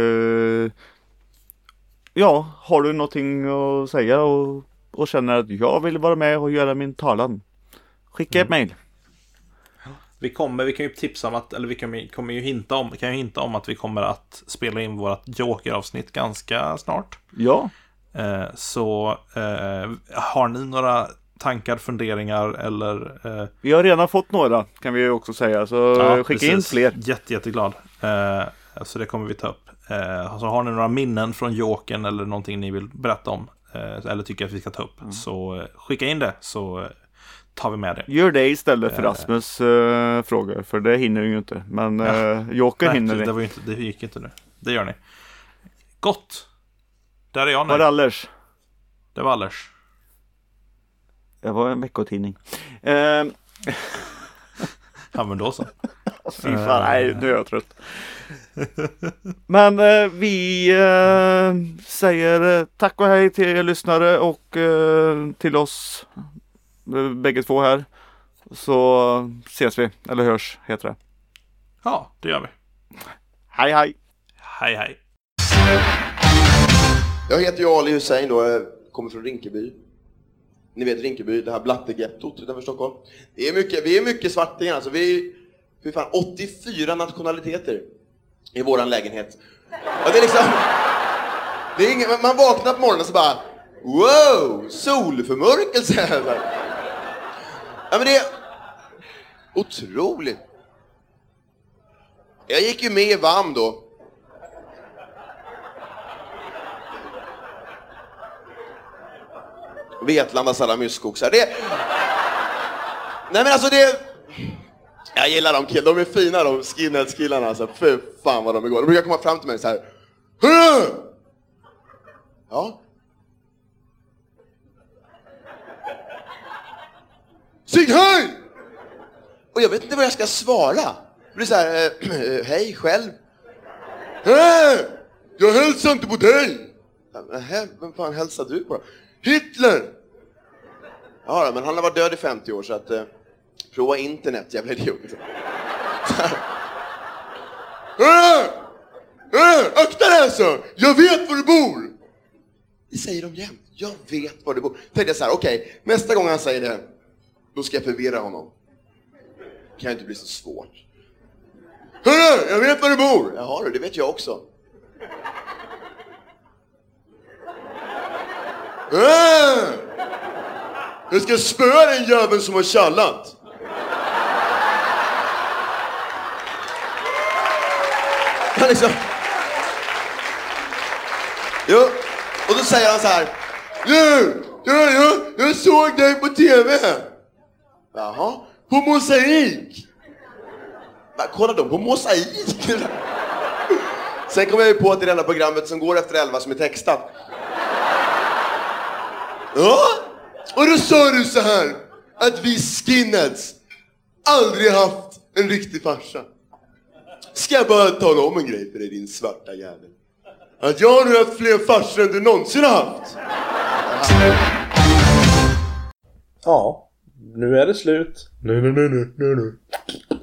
ja, har du någonting att säga och, och känner att jag vill vara med och göra min talan, skicka ett mm. mejl. Vi kommer, vi kan ju tipsa om att, eller vi kan, kommer ju hinta om, kan ju hinta om att vi kommer att spela in vårat Joker-avsnitt ganska snart. Ja. Eh, så eh, har ni några tankar, funderingar eller... Eh... Vi har redan fått några, kan vi också säga, så ja, skicka precis. in fler. Jätte, jätteglad. Eh, så det kommer vi ta upp. Eh, så har ni några minnen från Jokern eller någonting ni vill berätta om, eh, eller tycker att vi ska ta upp, mm. så eh, skicka in det, så... tar vi med det. Gör det istället för Rasmus uh, frågor, för det hinner ju inte. Men uh, ja. Joker Nej, hinner det. Det, var inte, det gick inte nu. Det gör ni. Gott. Där är jag nu. Var det Allers? Det var Allers. Det var en veckotidning. Uh, Ja, men då så. Fy fan, nej, nu är jag trött. Men eh, vi eh, säger eh, tack och hej till er lyssnare och eh, till oss eh, bägge två här. Så ses vi, eller hörs heter det. Ja, det gör vi. Hej hej. Hej hej. Jag heter ju Ali Hussein då, jag kommer från Rinkeby. Ni vet Rinkeby, det här blattegettot utanför Stockholm. Det är mycket, vi är mycket svartingar, alltså vi är hur fan, åttiofyra nationaliteter i våran lägenhet. Och det är liksom, det är ingen, man vaknar på morgonen och så bara, wow, solförmörkelse. Ja men det är otroligt. Jag gick ju med i V A M då. Vetlandas alla myskoxar. Det... Nej men alltså det... Jag gillar dem killar, de är fina de skinhead-killarna alltså. För fan vad de är goda. De brukar komma fram till mig så här. Hörru! Ja? Sig hej! Och jag vet inte vad jag ska svara. Det blir så här, äh, hej själv. Hej! Jag hälsar inte på dig. Nähä, vem fan hälsar du på? Hitler! Ja, men han har varit död i femtio år så att eh, prova internet, jävla idiot. Äh! Äh! Akta dig alltså! Jag vet var du bor! Det säger de jämt. Jag vet var du bor. Tänkte jag så här, okej, okay, nästa gång han säger det, då ska jag förvirra honom. Det kan inte bli så svårt. Hörru, jag vet var du bor! Jaha, det vet jag också. Äh! Jag ska spöa den jäveln som har kallat. Han liksom... Jo, och då säger han så här. Nu, ja, ja, jag såg dig på tv. Jaha, på mosaik. Va, kolla då, på mosaik. Sen kommer jag ju på att det är det enda programmet som går efter elva som är textat. Ja, och då sa du så här att vi skinheads aldrig haft en riktig farsa. Ska jag bara tala om en grej för dig, din svarta jävel? Att jag har nu haft fler farsor än du någonsin har haft. Ja, nu är det slut. Nej, nej, nej, nej, nej.